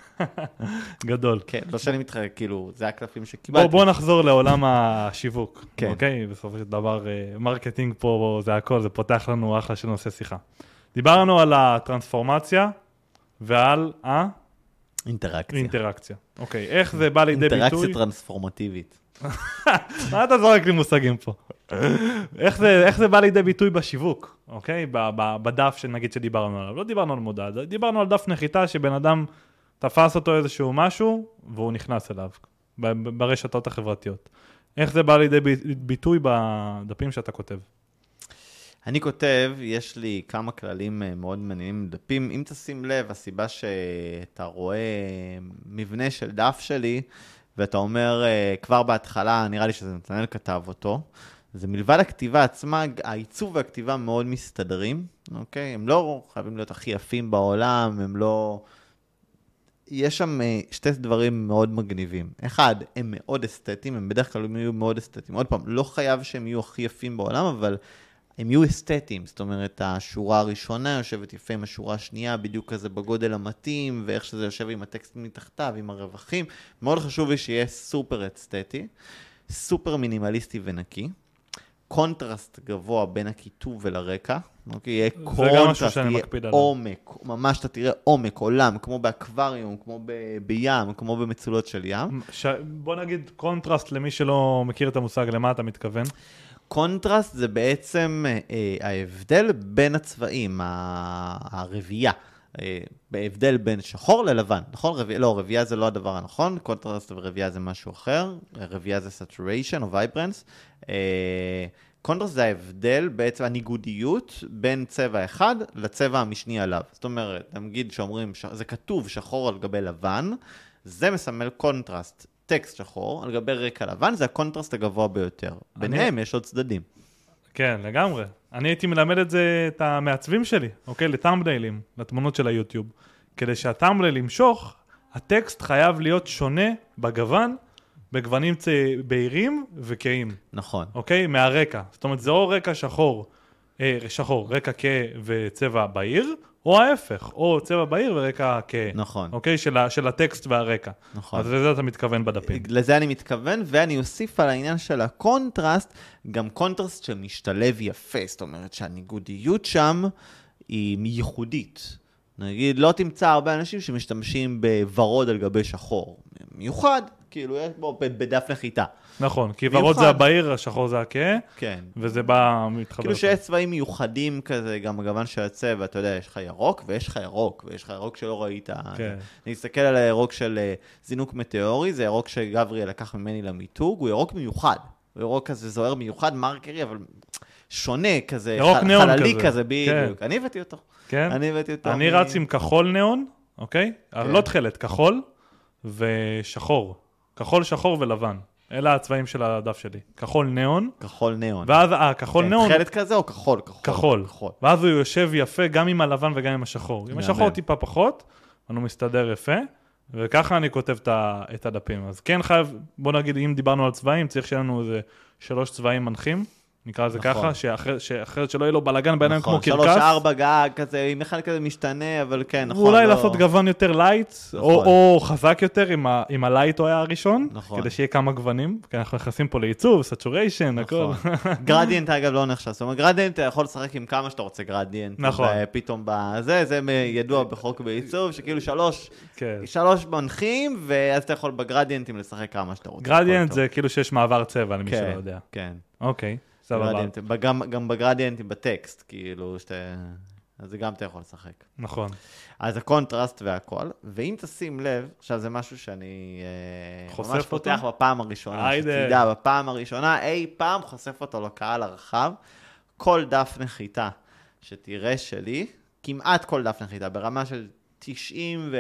גדול. כן, לא שאני מתחרק, כאילו, זה הקלפים שקיבלתי. בוא נחזור לעולם השיווק, כן. אוקיי? בסופו של דבר, מרקטינג פה זה הכל, זה פותח לנו אחלה של נושא שיחה. דיברנו על הטרנספורמציה ועל ה... אינטראקציה. אינטראקציה. אוקיי, איך זה בא לידי ביטוי? אינטראקציה טרנספורמטיבית. מה אתה זורק לי מושגים פה? איך זה, איך זה בא לידי ביטוי בשיווק, אוקיי? בדף שנגיד שדיברנו עליו. לא דיברנו על מודע, דיברנו על דף נחיתה שבן אדם תפס אותו איזשהו משהו והוא נכנס אליו ברשתות החברתיות. איך זה בא לידי ביטוי בדפים שאתה כותב? אני כותב, יש לי כמה כללים מאוד מעניינים דפים. אם תשים לב, הסיבה שאתה רואה מבנה של דף שלי, ואתה אומר, כבר בהתחלה, נראה לי שזה נתנאל כתב אותו, זה מלבד הכתיבה עצמה, העיצוב והכתיבה מאוד מסתדרים, אוקיי? הם לא חייבים להיות הכי יפים בעולם, הם לא... יש שם שתי דברים מאוד מגניבים. אחד, הם מאוד אסתטיים, הם בדרך כלל יהיו מאוד אסתטיים. עוד פעם, לא חייב שהם יהיו הכי יפים בעולם, אבל הם יהיו אסתטיים. זאת אומרת, השורה הראשונה יושבת יפה עם השורה השנייה, בדיוק כזה בגודל המתאים, ואיך שזה יושב עם הטקסט מתחתיו, עם הרווחים. מאוד חשוב לי שיהיה סופר אסתטי, סופר מינימליסטי ונקי. קונטרסט גבוה בין הכיתוב ולרקע, אוקיי? יהיה קונטרסט, יהיה עומק, ממש אתה תראה עומק, עולם, כמו באקווריום, כמו ב- בים, כמו במצולות של ים. ש... בוא נגיד קונטרסט למי שלא מכיר את המושג, למה אתה מתכוון? קונטרסט זה בעצם אה, ההבדל בין הצבעים, הרבייה. בהבדל בין שחור ללבן, נכון? רבי... לא, רבייה זה לא הדבר הנכון, קונטרסט ורבייה זה משהו אחר, רבייה זה saturation או vibrance. קונטרסט זה ההבדל, בעצם הניגודיות בין צבע אחד לצבע המשני עליו. זאת אומרת, נגיד שאומרים, ש... זה כתוב שחור על גבי לבן, זה מסמל קונטרסט, טקסט שחור על גבי רקע לבן, זה הקונטרסט הגבוה ביותר. אני... ביניהם יש עוד צדדים. כן, לגמרי. אני הייתי מלמד את זה, את המעצבים שלי, אוקיי? לטאמבניילים, לתמונות של היוטיוב. כדי שהטאמבנייל ימשוך, הטקסט חייב להיות שונה בגוון, בגוונים בהירים וכהים. נכון. אוקיי? מהרקע. זאת אומרת, זה או רקע שחור, אה, שחור, רקע כהה וצבע בהיר, או ההפך, או צבע בהיר ורקע כהה. נכון. אוקיי? של, ה, של הטקסט והרקע. נכון. אז לזה אתה מתכוון בדפים. לזה אני מתכוון, ואני אוסיף על העניין של הקונטרסט, גם קונטרסט שמשתלב יפה, זאת אומרת שהניגודיות שם היא ייחודית. נגיד, לא תמצא הרבה אנשים שמשתמשים בוורוד על גבי שחור. מיוחד, כאילו, יש בו בדף נחיתה. נכון, כי ורוד זה הבהיר, השחור זה הכהה, כן. וזה בא מתחבר. כאילו שיש צבעים מיוחדים כזה, גם הגוון של הצבע, אתה יודע, יש לך ירוק ויש לך ירוק, ויש לך ירוק שלא ראית. כן. אני אסתכל על הירוק של זינוק מטאורי, זה ירוק שגבריאל לקח ממני למיתוג, הוא ירוק מיוחד. הוא ירוק כזה זוהר מיוחד, מרקרי, אבל שונה כזה, ירוק ניאון חללי כזה. כזה, בדיוק. אני הבאתי אותו. כן? אני הבאתי אותו. אני רץ עם כחול ניאון, אוקיי? לא תחילת, כחול ושחור. כחול, שחור ולבן. אלה הצבעים של הדף שלי. כחול ניאון. כחול ניאון. ואז, אה, כחול ניאון. תחילת כזה או כחול? כחול. ואז הוא יושב יפה גם עם הלבן וגם עם השחור. עם השחור טיפה פחות, אבל הוא מסתדר יפה, וככה אני כותב את הדפים. אז כן חייב, בוא נגיד, אם דיברנו על צבעים, צריך שיהיה לנו איזה שלוש צבעים מנחים. נקרא לזה ככה, שאחרת שלא יהיה לו בלגן בעיניים כמו קרקס. שלוש ארבע גג, כזה, עם אחד כזה משתנה, אבל כן, נכון. ואולי לעשות גוון יותר לייט, או חזק יותר עם הלייט היה הראשון, כדי שיהיה כמה גוונים, כי אנחנו נכנסים פה לעיצוב, סטוריישן, הכל. גרדיאנט אגב לא נחשב, זאת אומרת, גרדיאנט אתה יכול לשחק עם כמה שאתה רוצה גרדיאנט. נכון. פתאום בזה, זה ידוע בחוק בעיצוב, שכאילו שלוש, שלוש מנחים, ואז אתה יכול בגרדיאנטים לשחק כמה שאתה רוצה. גרדיאנט זה כאילו שיש מעבר צבע, למי שלא יודע. כן. אוקיי. גם, גם בגרדיאנטים בטקסט, כאילו, שאתה... אז זה גם אתה יכול לשחק. נכון. אז הקונטרסט והכל, ואם תשים לב, עכשיו זה משהו שאני ממש פותח בפעם הראשונה, שתדע, בפעם הראשונה, אי פעם חושף אותו לקהל הרחב, כל דף נחיתה שתראה שלי, כמעט כל דף נחיתה, ברמה של תשעים ו...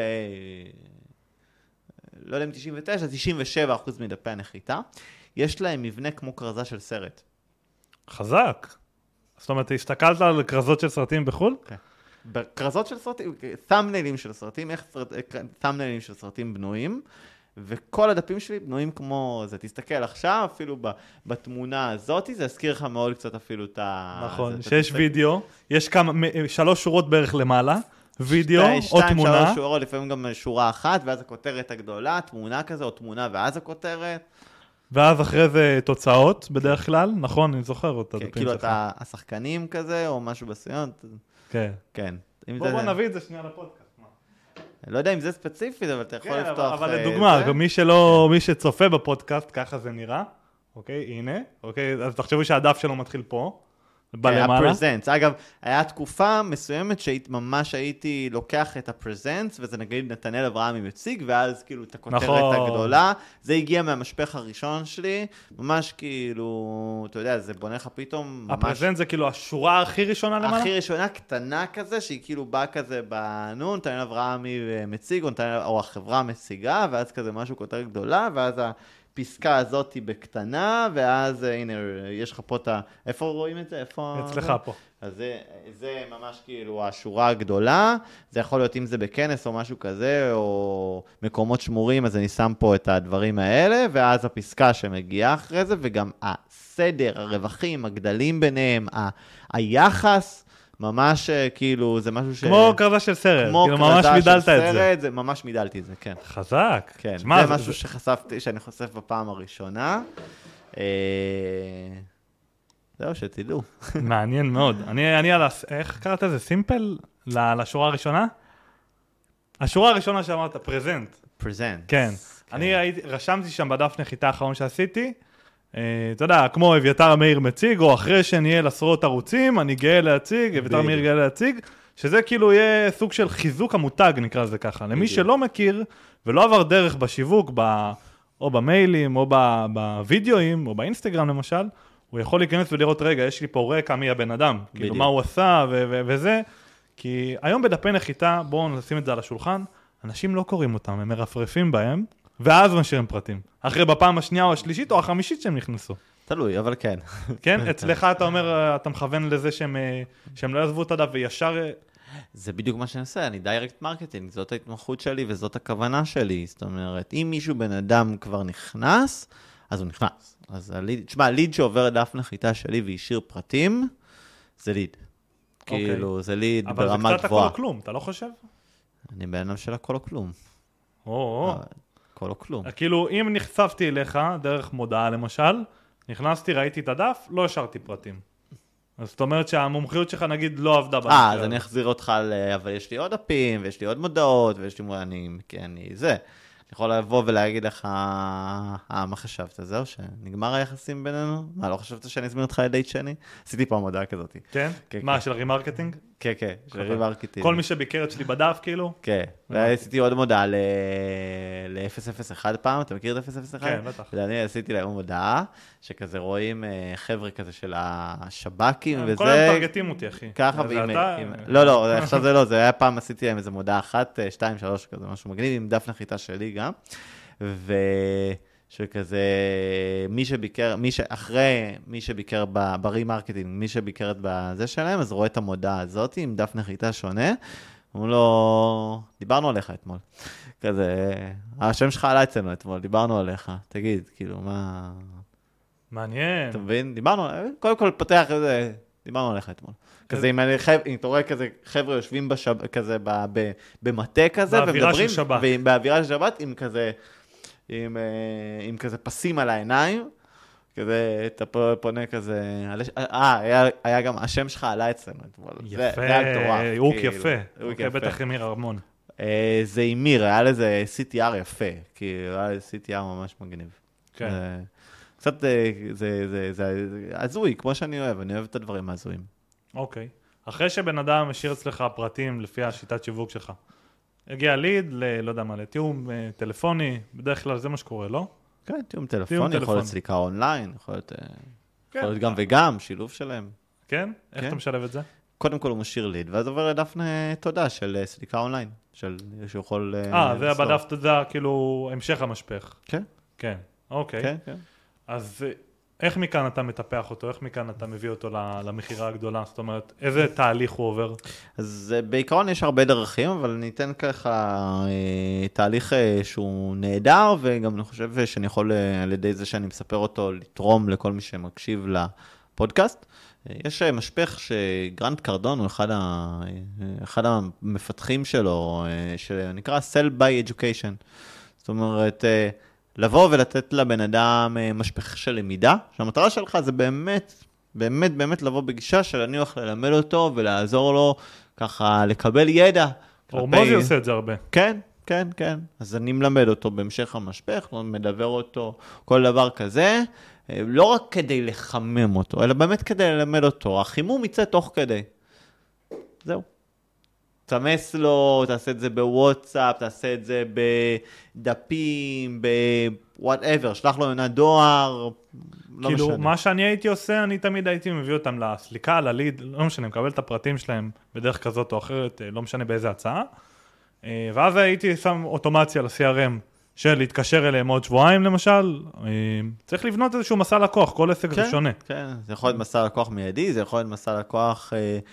לא יודע אם תשעים ותשע, תשעים ושבע אחוז מדפי הנחיתה, יש להם מבנה כמו קרזה של סרט. חזק. זאת אומרת, הסתכלת על קרזות של סרטים בחול? כן. בכרזות של סרטים, תמניילים של סרטים, איך תמניילים של סרטים בנויים, וכל הדפים שלי בנויים כמו זה. תסתכל עכשיו, אפילו בתמונה הזאת, זה הזכיר לך מאוד קצת אפילו את ה... נכון, שיש וידאו, יש כמה, שלוש שורות בערך למעלה, וידאו או שתיים, תמונה. שלוש שורות, לפעמים גם שורה אחת, ואז הכותרת הגדולה, תמונה כזה, או תמונה ואז הכותרת. ואז אחרי זה תוצאות, בדרך כלל, נכון, אני זוכר אותה. כאילו אתה השחקנים כזה, או משהו בסביון. כן. כן. בוא נביא את זה שנייה לפודקאסט. אני לא יודע אם זה ספציפית, אבל אתה יכול לפתוח... אבל לדוגמה, מי שלא, מי שצופה בפודקאסט, ככה זה נראה. אוקיי, הנה. אוקיי, אז תחשבו שהדף שלו מתחיל פה. בלמעלה. הפרזנטס. אגב, היה תקופה מסוימת שממש הייתי לוקח את הפרזנטס, וזה נגיד נתנאל אברהמי מציג, ואז כאילו את הכותרת נכון. הגדולה. זה הגיע מהמשפך הראשון שלי, ממש כאילו, אתה יודע, זה בונה לך פתאום... הפרזנט ממש... זה כאילו השורה הכי ראשונה למעלה? הכי ראשונה, קטנה כזה, שהיא כאילו באה כזה בנו, נתנאל אברהמי מציג, או, נתנאל, או החברה מציגה, ואז כזה משהו כותרת גדולה, ואז ה... הפסקה הזאת היא בקטנה, ואז הנה, יש לך פה את ה... איפה רואים את זה? איפה... אצלך פה. אז זה, זה ממש כאילו השורה הגדולה, זה יכול להיות אם זה בכנס או משהו כזה, או מקומות שמורים, אז אני שם פה את הדברים האלה, ואז הפסקה שמגיעה אחרי זה, וגם הסדר, הרווחים, הגדלים ביניהם, ה... היחס, ממש כאילו, זה משהו ש... כמו קרזה של סרט, כמו כאילו ממש מידלת את סרט, זה. זה. ממש מידלתי את זה, כן. חזק. כן, שמה, זה זה משהו זה... שחשפתי, שאני חושף בפעם הראשונה. זהו, שתדעו. מעניין מאוד. אני, אני על... איך קראת את זה? סימפל? לשורה הראשונה? השורה הראשונה שאמרת, פרזנט. פרזנט. כן. אני הייתי, רשמתי שם בדף נחיתה האחרון שעשיתי, אתה יודע, כמו אביתר מאיר מציג, או אחרי שנהיה לעשרות ערוצים, אני גאה להציג, אביתר מאיר גאה להציג, שזה כאילו יהיה סוג של חיזוק המותג, נקרא לזה ככה. למי שלא מכיר, ולא עבר דרך בשיווק, או במיילים, או בווידאוים, או באינסטגרם למשל, הוא יכול להיכנס ולראות, רגע, יש לי פה רקע מי הבן אדם, כאילו מה הוא עשה וזה, כי היום בדפי נחיתה, בואו נשים את זה על השולחן, אנשים לא קוראים אותם, הם מרפרפים בהם, ואז משאירים פרטים. אחרי בפעם השנייה או השלישית או החמישית שהם נכנסו. תלוי, אבל כן. כן? אצלך אתה אומר, אתה מכוון לזה שהם, שהם לא יעזבו את הדף וישר... זה בדיוק מה שאני עושה, אני דיירקט מרקטינג, זאת ההתמחות שלי וזאת הכוונה שלי. זאת אומרת, אם מישהו בן אדם כבר נכנס, אז הוא נכנס. אז הליד, תשמע, הליד שעובר דף נחיתה שלי והשאיר פרטים, זה ליד. כאילו, זה ליד ברמה גבוהה. אבל זה קצת הכל או כלום, אתה לא חושב? אני בן אדם של הכל או כלום. או, הכל או כלום. כאילו, אם נחשפתי אליך, דרך מודעה למשל, נכנסתי, ראיתי את הדף, לא השארתי פרטים. אז זאת אומרת שהמומחיות שלך נגיד לא עבדה. אה, אז אני אחזיר אותך, אבל יש לי עוד דפים, ויש לי עוד מודעות, ויש לי, אני, אני, זה. אני יכול לבוא ולהגיד לך, אה, מה חשבת? זהו, שנגמר היחסים בינינו? מה, לא חשבת שאני אזמין אותך לדייט שני? עשיתי פעם מודעה כזאת. כן? מה, של רימרקטינג? כן, כן, של רימרקטינג. כל מי שביקר אצלי בדף, כאילו? כן, ועשיתי עוד מודעה ל-אפס אפס אחד פעם, אתה מכיר את אפס אפס אחד? כן, בטח. ואני עשיתי להם מודעה, שכזה רואים חבר'ה כזה של השב"קים וזה. כל הם טרגטים אותי, אחי. ככה ועם... לא, לא, עכשיו זה לא, זה היה פעם, עשיתי להם איזה מודעה אחת, שתיים, שלוש, כזה משהו מגניב, עם דף נחיתה שלי גם, ושכזה, מי שביקר, מי שאחרי, מי שביקר ברימרקטינג, מי שביקרת בזה שלהם, אז רואה את המודעה הזאת עם דף נחיתה שונה, הוא לא... דיברנו עליך אתמול. כזה, השם שלך עלה אצלנו אתמול, דיברנו עליך. תגיד, כאילו, מה... מעניין. אתה מבין? דיברנו, קודם כל פתח כזה, דיברנו עליך אתמול. כזה, אם אתה רואה כזה, חבר'ה יושבים כזה במטה כזה, באווירה של שבת. באווירה של שבת, עם כזה, עם כזה פסים על העיניים, כזה, אתה פונה כזה, אה, היה גם, השם שלך עלה אצלנו אתמול. יפה, אוק יפה. אוק בטח אמיר ארמון. זה אמיר, היה לזה סי טי אר יפה, כי היה לזה סי טי אר ממש מגניב. כן. קצת, זה עזוי, כמו שאני אוהב, אני אוהב את הדברים העזויים. אוקיי. אחרי שבן אדם משאיר אצלך פרטים לפי השיטת שיווק שלך, הגיע ליד, לא יודע מה, לתיאום טלפוני, בדרך כלל זה מה שקורה, לא? כן, תיאום טלפוני, יכול להיות סליקה אונליין, יכול להיות גם וגם, שילוב שלהם. כן? איך אתה משלב את זה? קודם כל הוא משאיר ליד, ואז עובר לדף תודה של סליקה אונליין, של שיכול... אה, זה בדף תודה, כאילו, המשך המשפך. כן. כן, אוקיי. כן, כן. אז איך מכאן אתה מטפח אותו? איך מכאן אתה מביא אותו למחירה הגדולה? זאת אומרת, איזה תהליך הוא עובר? אז בעיקרון יש הרבה דרכים, אבל אני אתן ככה תהליך שהוא נהדר, וגם אני חושב שאני יכול על ידי זה שאני מספר אותו לתרום לכל מי שמקשיב לפודקאסט. יש משפך שגרנט קרדון הוא אחד, ה... אחד המפתחים שלו, שנקרא Sell by Education. זאת אומרת, לבוא ולתת לבן אדם משפך של למידה, שהמטרה שלך זה באמת, באמת, באמת לבוא בגישה של אני הולך ללמד אותו ולעזור לו ככה לקבל ידע. אורמוזי עושה את זה הרבה. כן, כן, כן. אז אני מלמד אותו בהמשך המשפך, מדבר אותו, כל דבר כזה, לא רק כדי לחמם אותו, אלא באמת כדי ללמד אותו. החימום יצא תוך כדי. זהו. תמס לו, תעשה את זה בוואטסאפ, תעשה את זה בדפים, ב-whatever, שלח לו יונה דואר, לא כאילו, משנה. מה שאני הייתי עושה, אני תמיד הייתי מביא אותם לסליקה, לליד, לא משנה, מקבל את הפרטים שלהם בדרך כזאת או אחרת, לא משנה באיזה הצעה, ואז הייתי שם אוטומציה ל-סי אר אם, של להתקשר אליהם עוד שבועיים למשל, צריך לבנות איזשהו מסע לקוח, כל עסק זה שונה. כן, זה יכול להיות מסע לקוח מיידי, זה יכול להיות מסע לקוח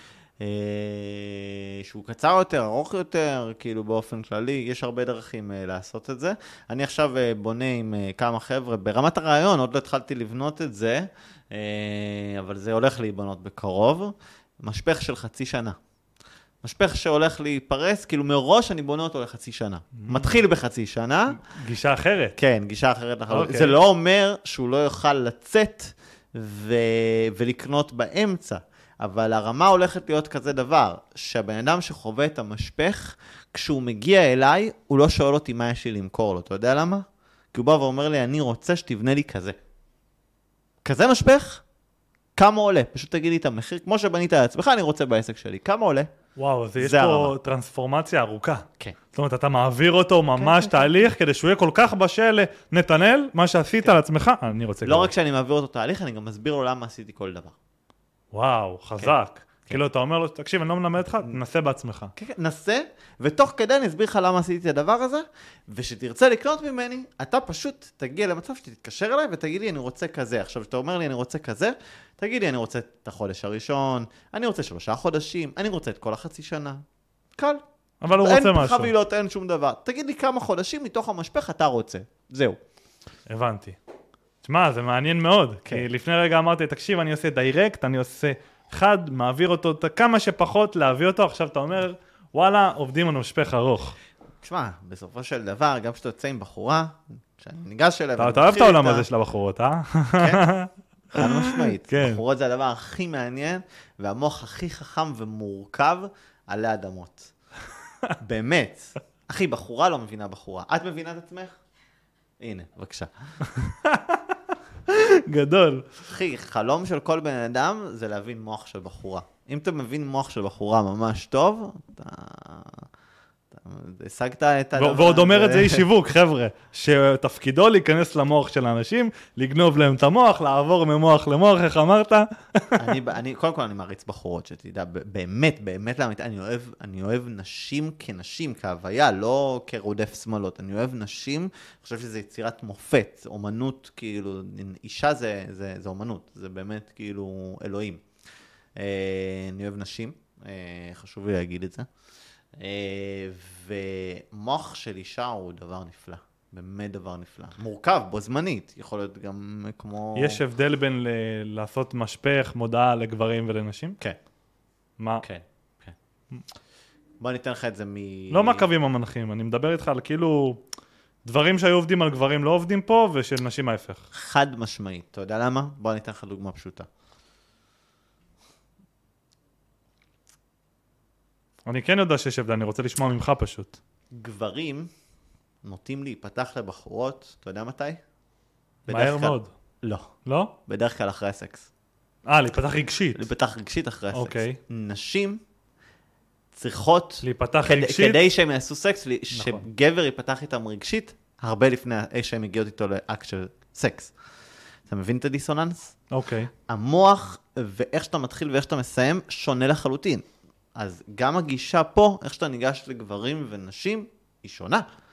שהוא קצר יותר, ארוך יותר, כאילו באופן כללי, יש הרבה דרכים לעשות את זה. אני עכשיו בונה עם כמה חבר'ה, ברמת הרעיון, עוד לא התחלתי לבנות את זה, אבל זה הולך להיבנות בקרוב, משפך של חצי שנה. משפך שהולך להיפרס, כאילו מראש אני בונה אותו לחצי שנה. מתחיל בחצי שנה. גישה אחרת. כן, גישה אחרת. Okay. זה לא אומר שהוא לא יוכל לצאת ו... ולקנות באמצע. אבל הרמה הולכת להיות כזה דבר, שהבן אדם שחווה את המשפך, כשהוא מגיע אליי, הוא לא שואל אותי מה יש לי למכור לו. אתה יודע למה? כי הוא בא ואומר לי, אני רוצה שתבנה לי כזה. כזה משפך? כמה עולה? פשוט תגיד לי את המחיר, כמו שבנית לעצמך, אני רוצה בעסק שלי. כמה עולה? וואו, אז יש פה טרנספורמציה ארוכה. כן. זאת אומרת, אתה מעביר אותו ממש תהליך, כדי שהוא יהיה כל כך בשל נתנאל, מה שעשית על עצמך, אני רוצה... לא רק שאני מעביר אותו תהליך, אני גם מסביר לו למה עשיתי כל דבר. וואו, חזק. כאילו, אתה אומר לו, תקשיב, אני לא מלמד אותך, נסה בעצמך. כן, נסה, ותוך כדי אני אסביר לך למה עשיתי את הדבר הזה, ושתרצה לקנות ממני, אתה פשוט תגיע למצב שתתקשר אליי ותגיד לי, אני רוצה כזה. עכשיו, שאתה אומר לי, אני רוצה כזה, תגיד לי, אני רוצה את החודש הראשון, אני רוצה שלושה חודשים, אני רוצה את כל החצי שנה. קל. אבל הוא רוצה משהו. אין חבילות, אין שום דבר. תגיד לי כמה חודשים מתוך המשפך אתה רוצה. זהו. הבנתי. תשמע, זה מעניין מאוד. כי לפני רגע אמרתי, תקשיב, אני עושה דיירקט, אני עושה אחד, מעביר אותו, כמה שפחות להביא אותו, עכשיו אתה אומר, וואלה, עובדים על משפך ארוך. תשמע, בסופו של דבר, גם כשאתה יוצא עם בחורה, כשאני ניגש אליה... אתה אוהב את העולם הזה של הבחורות, אה? כן, חד משמעית. כן. בחורות זה הדבר הכי מעניין, והמוח הכי חכם ומורכב עלי אדמות. באמת. אחי, בחורה לא מבינה בחורה. את מבינה את עצמך? הנה, בבקשה. גדול. אחי, חלום של כל בן אדם זה להבין מוח של בחורה. אם אתה מבין מוח של בחורה ממש טוב, אתה... השגת את הדבר. ועוד אומר את זה אי שיווק, חבר'ה, שתפקידו להיכנס למוח של האנשים, לגנוב להם את המוח, לעבור ממוח למוח, איך אמרת? אני, קודם כל אני מעריץ בחורות, שתדע, באמת, באמת לאמת, אני אוהב, אני אוהב נשים כנשים, כהוויה, לא כרודף שמאלות, אני אוהב נשים, אני חושב שזה יצירת מופת, אומנות, כאילו, אישה זה, זה, זה אומנות, זה באמת כאילו אלוהים. אני אוהב נשים, חשוב לי להגיד את זה. ומוח של אישה הוא דבר נפלא, באמת דבר נפלא. מורכב, בו זמנית, יכול להיות גם כמו... יש הבדל בין ל- לעשות משפך, מודעה לגברים ולנשים? כן. מה? כן, כן. בוא ניתן לך את זה מ... לא מהקווים המנחים, אני מדבר איתך על כאילו דברים שהיו עובדים על גברים לא עובדים פה, ושל נשים ההפך. חד משמעית, אתה יודע למה? בוא ניתן לך דוגמה פשוטה. אני כן יודע שיש הבדל, אני רוצה לשמוע ממך פשוט. גברים נוטים להיפתח לבחורות, אתה יודע מתי? מהר מאוד. לא. לא? בדרך כלל אחרי הסקס. אה, להיפתח רגשית. להיפתח רגשית אחרי הסקס. אוקיי. נשים צריכות... להיפתח כד... רגשית. כדי שהם יעשו סקס, נכון. שגבר ייפתח איתם רגשית, הרבה לפני שהם הגיעות איתו לאקט של סקס. אתה מבין את הדיסוננס? אוקיי. המוח ואיך שאתה מתחיל ואיך שאתה מסיים שונה לחלוטין. אז גם הגישה פה, איך שאתה ניגש לגברים ונשים, היא שונה.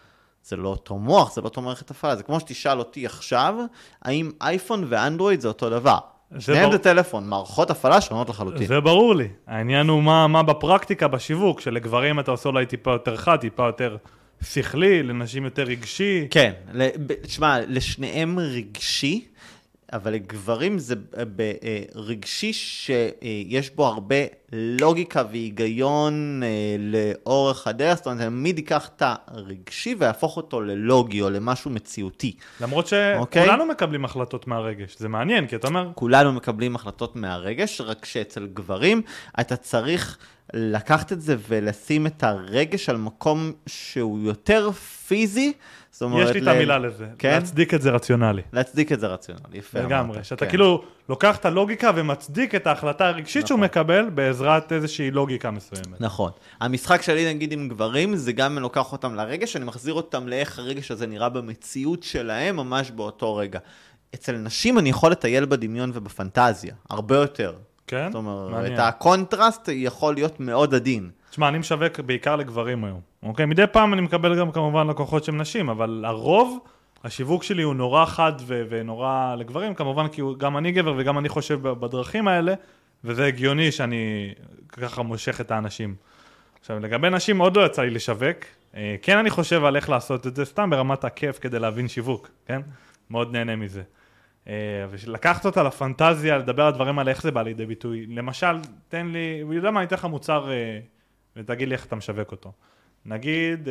זה לא אותו מוח, זה לא אותו מערכת הפעלה. זה כמו שתשאל אותי עכשיו, האם אייפון ואנדרואיד זה אותו דבר. שניהם זה טלפון, מערכות הפעלה שונות לחלוטין. זה ברור לי. העניין הוא מה, מה בפרקטיקה, בשיווק, שלגברים אתה עושה אולי טיפה יותר חד, טיפה יותר שכלי, לנשים יותר רגשי. כן, תשמע, לשניהם רגשי, אבל לגברים זה רגשי שיש בו הרבה לוגיקה והיגיון לאורך הדרך, זאת אומרת, תמיד ייקח את הרגשי ויהפוך אותו ללוגי או למשהו מציאותי. למרות שכולנו מקבלים החלטות מהרגש, זה מעניין, כי אתה אומר... כולנו מקבלים החלטות מהרגש, רק שאצל גברים אתה צריך לקחת את זה ולשים את הרגש על מקום שהוא יותר פיזי, יש לי את המילה לזה, להצדיק את זה רציונלי. להצדיק את זה רציונלי, יפה. לגמרי, שאתה כאילו לוקח את הלוגיקה ומצדיק את ההחלטה הרגשית שהוא מקבל בעזרת איזושהי לוגיקה מסוימת. נכון. המשחק שלי נגיד עם גברים, זה גם לוקח אותם לרגש, אני מחזיר אותם לאיך הרגש הזה נראה במציאות שלהם, ממש באותו רגע. אצל נשים אני יכול לטייל בדמיון ובפנטזיה, הרבה יותר. כן? זאת אומרת, את הקונטרסט יכול להיות מאוד עדין. תשמע, אני משווק בעיקר לגברים היום. אוקיי? מדי פעם אני מקבל גם כמובן לקוחות של נשים, אבל הרוב, השיווק שלי הוא נורא חד ו- ונורא לגברים, כמובן כי גם אני גבר וגם אני חושב בדרכים האלה, וזה הגיוני שאני ככה מושך את האנשים. עכשיו, לגבי נשים עוד לא יצא לי לשווק, כן אני חושב על איך לעשות את זה, סתם ברמת הכיף כדי להבין שיווק, כן? מאוד נהנה מזה. ולקחת אותה לפנטזיה, לדבר על הדברים האלה, איך זה בא לידי ביטוי. למשל, תן לי, הוא יודע מה, אני אתן לך מוצר ותגיד לי איך אתה משווק אותו. נגיד,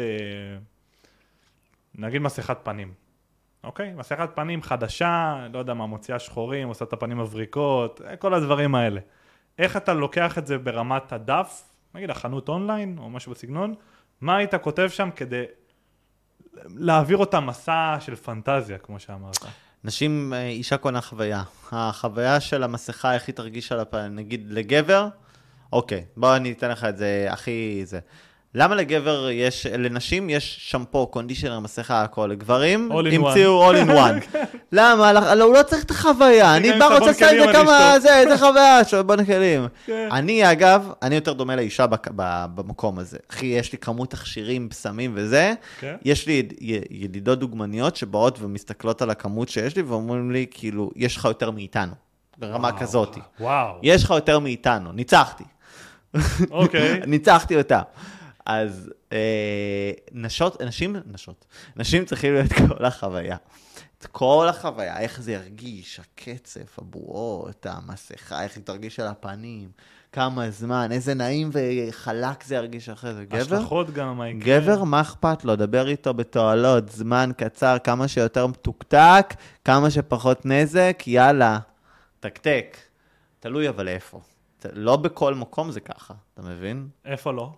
נגיד מסכת פנים. אוקיי? מסכת פנים חדשה, לא יודע מה, מוציאה שחורים, עושה את הפנים מבריקות, כל הדברים האלה. איך אתה לוקח את זה ברמת הדף, נגיד החנות אונליין או משהו בסגנון, מה היית כותב שם כדי להעביר אותה מסע של פנטזיה, כמו שאמרת? נשים, אישה קונה חוויה. החוויה של המסכה, איך היא תרגיש על הפנים, נגיד לגבר, אוקיי, בוא אני אתן לך את זה הכי זה. למה לגבר יש, לנשים יש שמפו, קונדישנר, מסכה, הכל, לגברים, המציאו all in one. למה? הוא לא צריך את החוויה, אני בא רוצה לעשות את זה כמה, זה, זה חוויה, שבון כלים. אני אגב, אני יותר דומה לאישה במקום הזה. אחי, יש לי כמות תכשירים, פסמים וזה, יש לי ידידות דוגמניות שבאות ומסתכלות על הכמות שיש לי, ואומרים לי, כאילו, יש לך יותר מאיתנו, ברמה כזאת. יש לך יותר מאיתנו, ניצחתי. אוקיי. ניצחתי אותה. אז אה, נשות, נשים, נשות, נשים צריכים להיות כל החוויה. את כל החוויה, איך זה ירגיש, הקצף, הבועות, המסכה, איך היא תרגיש על הפנים, כמה זמן, איזה נעים וחלק זה ירגיש אחרי זה. גבר? השלכות גם מה יקרה. גבר, מה אכפת לו? דבר איתו בתועלות, זמן קצר, כמה שיותר מתוקתק, כמה שפחות נזק, יאללה, תקתק. תלוי אבל איפה. לא בכל מקום זה ככה, אתה מבין? איפה לא?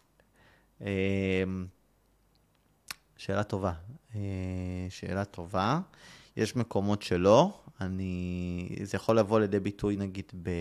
שאלה טובה. שאלה טובה. יש מקומות שלא. אני... זה יכול לבוא לידי ביטוי, נגיד, ב...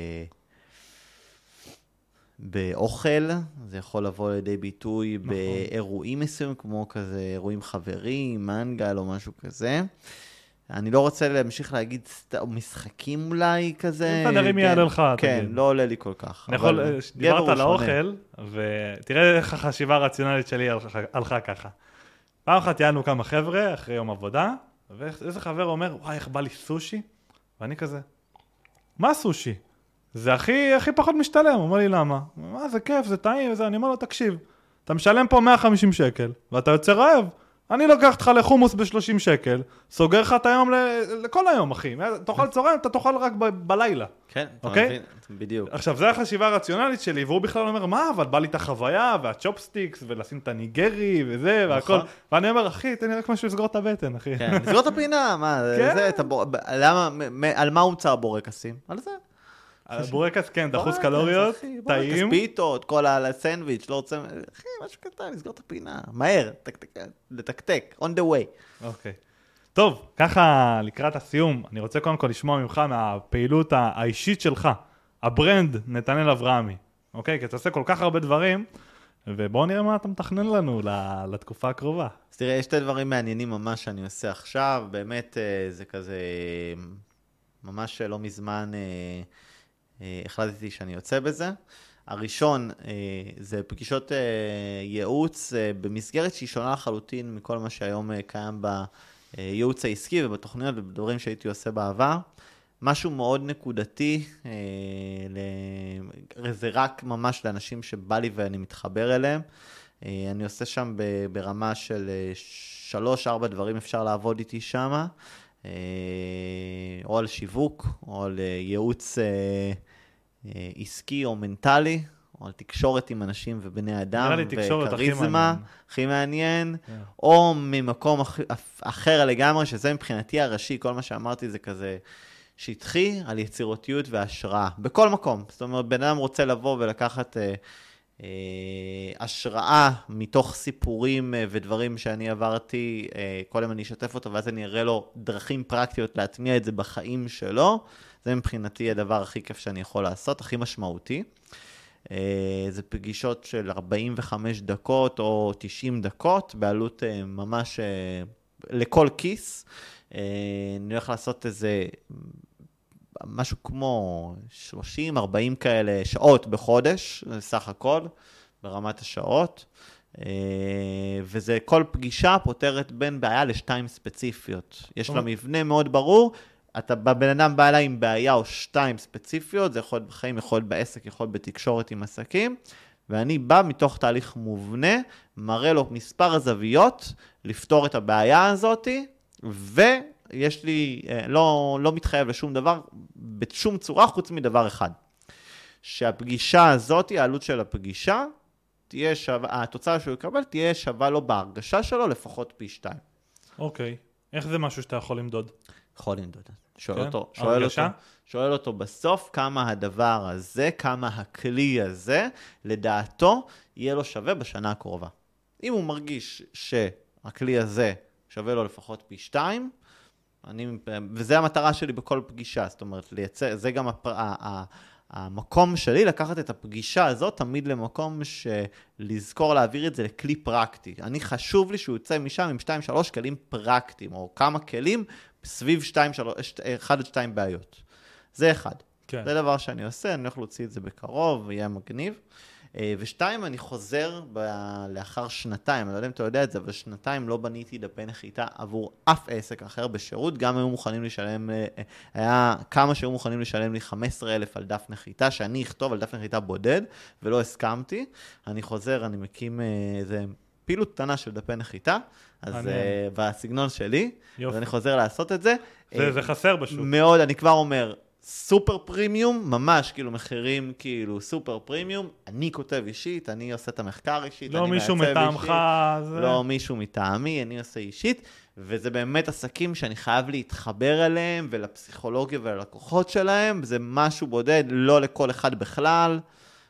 באוכל. זה יכול לבוא לידי ביטוי נכון. באירועים מסוים, כמו כזה אירועים חברים, מנגל או משהו כזה. אני לא רוצה להמשיך להגיד משחקים אולי כזה. תדרים יעלה לך. כן, לא עולה לי כל כך. דיברת על האוכל, ותראה איך החשיבה הרציונלית שלי הלכה ככה. פעם אחת יענו כמה חבר'ה אחרי יום עבודה, ואיזה חבר אומר, וואי, איך בא לי סושי? ואני כזה, מה סושי? זה הכי, הכי פחות משתלם. הוא אומר לי, למה? מה, זה כיף, זה טעים וזה. אני אומר לו, תקשיב, אתה משלם פה מאה וחמישים שקל, ואתה יוצא רעב. אני לוקח אותך לחומוס ב-שלושים שקל, סוגר לך את היום לכל היום, אחי. תאכל צהריים, אתה תאכל רק בלילה. כן, אתה מבין, בדיוק. עכשיו, זו החשיבה הרציונלית שלי, והוא בכלל אומר, מה, אבל בא לי את החוויה, והצ'ופסטיקס, ולשים את הניגרי, וזה, והכל. ואני אומר, אחי, תן לי רק משהו לסגור את הבטן, אחי. כן, לסגור את הפינה, מה, זה, למה, על מה הומצא הבורקסים? על זה. בורקס, כן, דחוס קלוריות, טעים. פיתות, כל הסנדוויץ', לא רוצה, אחי, משהו קטן, לסגור את הפינה, מהר, לתקתק, on the way. אוקיי. טוב, ככה לקראת הסיום, אני רוצה קודם כל לשמוע ממך מהפעילות האישית שלך, הברנד נתנאל אברהמי, אוקיי? כי אתה עושה כל כך הרבה דברים, ובואו נראה מה אתה מתכנן לנו לתקופה הקרובה. אז תראה, יש שתי דברים מעניינים ממש שאני עושה עכשיו, באמת זה כזה, ממש לא מזמן... החלטתי שאני יוצא בזה. הראשון זה פגישות ייעוץ במסגרת שהיא שונה לחלוטין מכל מה שהיום קיים בייעוץ העסקי ובתוכניות ובדברים שהייתי עושה בעבר. משהו מאוד נקודתי, זה רק ממש לאנשים שבא לי ואני מתחבר אליהם. אני עושה שם ברמה של שלוש, ארבע דברים אפשר לעבוד איתי שם, או על שיווק, או על ייעוץ עסקי או מנטלי, או על תקשורת עם אנשים ובני אדם, וקריזמה, הכי מעניין, או ממקום אחר לגמרי, שזה מבחינתי הראשי, כל מה שאמרתי זה כזה שטחי, על יצירותיות והשראה, בכל מקום. זאת אומרת, בן אדם רוצה לבוא ולקחת השראה מתוך סיפורים ודברים שאני עברתי, קודם אני אשתף אותו, ואז אני אראה לו דרכים פרקטיות להטמיע את זה בחיים שלו. זה מבחינתי הדבר הכי כיף שאני יכול לעשות, הכי משמעותי. זה פגישות של ארבעים וחמש דקות או תשעים דקות, בעלות ממש לכל כיס. אני הולך לעשות איזה משהו כמו שלושים ארבעים כאלה שעות בחודש, סך הכל, ברמת השעות. וזה כל פגישה פותרת בין בעיה לשתיים ספציפיות. יש לה מבנה מאוד ברור, אתה בבן אדם בא אליי עם בעיה או שתיים ספציפיות, זה יכול להיות בחיים, יכול להיות בעסק, יכול להיות בתקשורת עם עסקים, ואני בא מתוך תהליך מובנה, מראה לו מספר הזוויות, לפתור את הבעיה הזאת, ויש לי, לא, לא מתחייב לשום דבר, בשום צורה חוץ מדבר אחד. שהפגישה הזאת, העלות של הפגישה, תהיה שווה, התוצאה שהוא יקבל תהיה שווה לו בהרגשה שלו, לפחות פי שתיים. אוקיי. איך זה משהו שאתה יכול למדוד? יכול למדוד. שואל אותו, שואל אותו, שואל אותו בסוף כמה הדבר הזה, כמה הכלי הזה, לדעתו, יהיה לו שווה בשנה הקרובה. אם הוא מרגיש שהכלי הזה שווה לו לפחות פי שתיים, אני, וזה המטרה שלי בכל פגישה, זאת אומרת, לייצר, זה גם הפ... המקום שלי לקחת את הפגישה הזאת תמיד למקום שלזכור להעביר את זה לכלי פרקטי. אני חשוב לי שהוא יוצא משם עם שתיים שלוש כלים פרקטיים, או כמה כלים סביב שתיים שלוש, אחד עד שתיים בעיות. זה אחד. כן. זה דבר שאני עושה, אני הולך להוציא את זה בקרוב, ויהיה מגניב. ושתיים, אני חוזר ב- לאחר שנתיים, אני לא יודע אם אתה יודע את זה, אבל שנתיים לא בניתי דפי נחיתה עבור אף עסק אחר בשירות, גם היו מוכנים לשלם, היה כמה שהיו מוכנים לשלם לי חמישה עשר אלף על דף נחיתה, שאני אכתוב על דף נחיתה בודד, ולא הסכמתי. אני חוזר, אני מקים איזה פעילות קטנה של דפי נחיתה, אז בסגנון שלי, אז אני חוזר לעשות את זה. זה, זה חסר בשוק. מאוד, אני כבר אומר, סופר פרימיום, ממש כאילו מחירים כאילו סופר פרימיום, אני כותב אישית, אני עושה את המחקר אישית, לא מישהו מטעמך, זה... לא מישהו מטעמי, אני עושה אישית, וזה באמת עסקים שאני חייב להתחבר אליהם, ולפסיכולוגיה וללקוחות שלהם, זה משהו בודד, לא לכל אחד בכלל,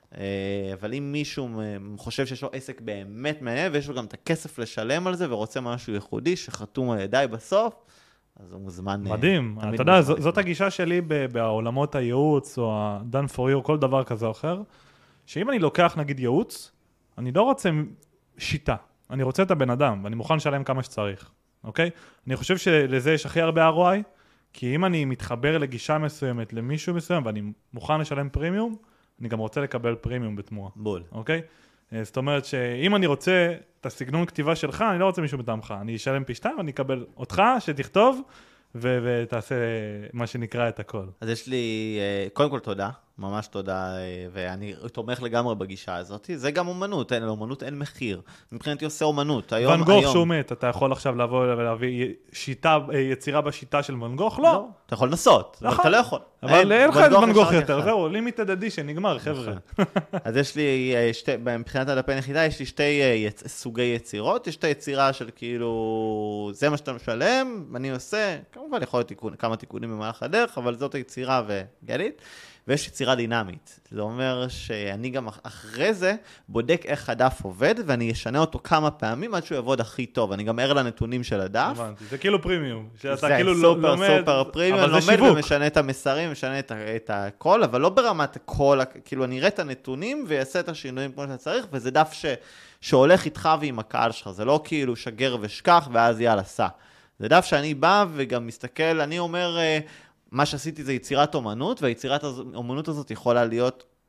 אבל אם מישהו חושב שיש לו עסק באמת מעניין, ויש לו גם את הכסף לשלם על זה, ורוצה משהו ייחודי שחתום על ידיי בסוף, אז הוא מוזמן... מדהים. אתה יודע, זאת הגישה שלי בעולמות הייעוץ, או ה-done for you, כל דבר כזה או אחר, שאם אני לוקח נגיד ייעוץ, אני לא רוצה שיטה, אני רוצה את הבן אדם, ואני מוכן לשלם כמה שצריך, אוקיי? אני חושב שלזה יש הכי הרבה אר או איי, כי אם אני מתחבר לגישה מסוימת למישהו מסוים, ואני מוכן לשלם פרימיום, אני גם רוצה לקבל פרימיום בתמורה. בול. אוקיי? זאת אומרת שאם אני רוצה את הסגנון כתיבה שלך, אני לא רוצה מישהו מטעמך. אני אשלם פי שתיים, ואני אקבל אותך שתכתוב, ו- ותעשה מה שנקרא את הכל. אז יש לי, קודם כל תודה, ממש תודה, ואני תומך לגמרי בגישה הזאת. זה גם אומנות, אין, לאומנות אין מחיר. מבחינתי עושה אומנות. היום, ון גוך היום... שהוא מת, אתה יכול עכשיו לבוא ולהביא שיטה, יצירה בשיטה של ון גוך? לא. לא. אתה יכול לנסות, נכון. אבל אתה לא יכול. אבל אין לך את ון גוך יותר, זהו, לימיטד אדישן, נגמר, חבר'ה. אז יש לי, שתי, מבחינת הדפי נחיתה, יש לי שתי יצ... סוגי יצירות. יש את היצירה של כאילו, זה מה שאתה משלם, אני עושה, כמובן יכול להיות תיקון, כמה תיקונים במהלך הדרך, אבל זאת היצירה וגלית. ויש יצירה דינמית. זה אומר שאני גם אחרי זה בודק איך הדף עובד, ואני אשנה אותו כמה פעמים עד שהוא יעבוד הכי טוב. אני גם ער לנתונים של הדף. הבנתי, זה כאילו פרימיום. זה כאילו סופר לומד, סופר פרימיום. אני לומד ומשנה את המסרים, משנה את, את הכל, אבל לא ברמת הכל, כאילו אני אראה את הנתונים ויעשה את השינויים כמו שצריך, וזה דף ש, שהולך איתך ועם הקהל שלך. זה לא כאילו שגר ושכח ואז יאללה סע. זה דף שאני בא וגם מסתכל, אני אומר... מה שעשיתי זה יצירת אומנות, והיצירת האומנות הזאת יכולה להיות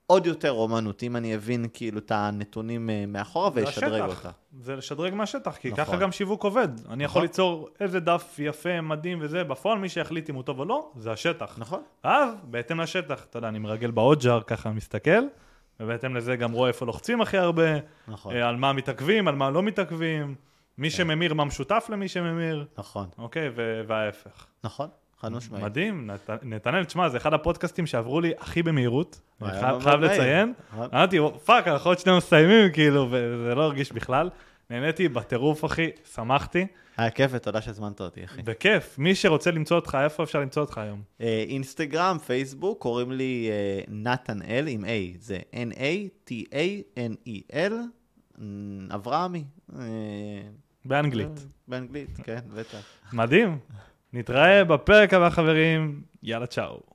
עוד יותר אומנות, אם אני אבין כאילו את הנתונים אה, מאחורה זה וישדרג השטח. אותה. זה לשדרג מהשטח, כי נכון. ככה גם שיווק עובד. אני יכול נכון. ליצור איזה דף יפה, מדהים וזה, בפועל מי שיחליט אם הוא טוב או לא, זה השטח. נכון? אז, בהתאם לשטח, אתה יודע, אני מרגל באוג'ר, ככה מסתכל, ובהתאם לזה גם רואה איפה לוחצים הכי הרבה, נכון. אה, על מה מתעכבים, על מה לא מתעכבים, מי שממיר, מה משותף למי שממיר, נכון. אוקיי, ו- וההפך. נכון. חד משמעית. מדהים, נת- נתנאל, תשמע, זה אחד הפודקאסטים שעברו לי הכי במהירות, אני היה חייב- מאוד חייב מהיר. לציין, נכון. אמרתי, פאק, אנחנו עוד שנינו מסיימים, כאילו, וזה לא הרגיש בכלל, נהניתי בטירוף, אחי, שמחתי, היה כיף ותודה שהזמנת אותי, אחי. בכיף, מי שרוצה למצוא אותך, איפה אפשר למצוא אותך היום? אה, אינסטגרם, פייסבוק, קוראים לי אה, נתנאל עם A, זה N-A-T-A-N-E-L, אברהמי. אה, באנגלית. באנגלית, כן, בטח. מדהים, נתראה בפרק הבא, חברים, יאללה, צ'או.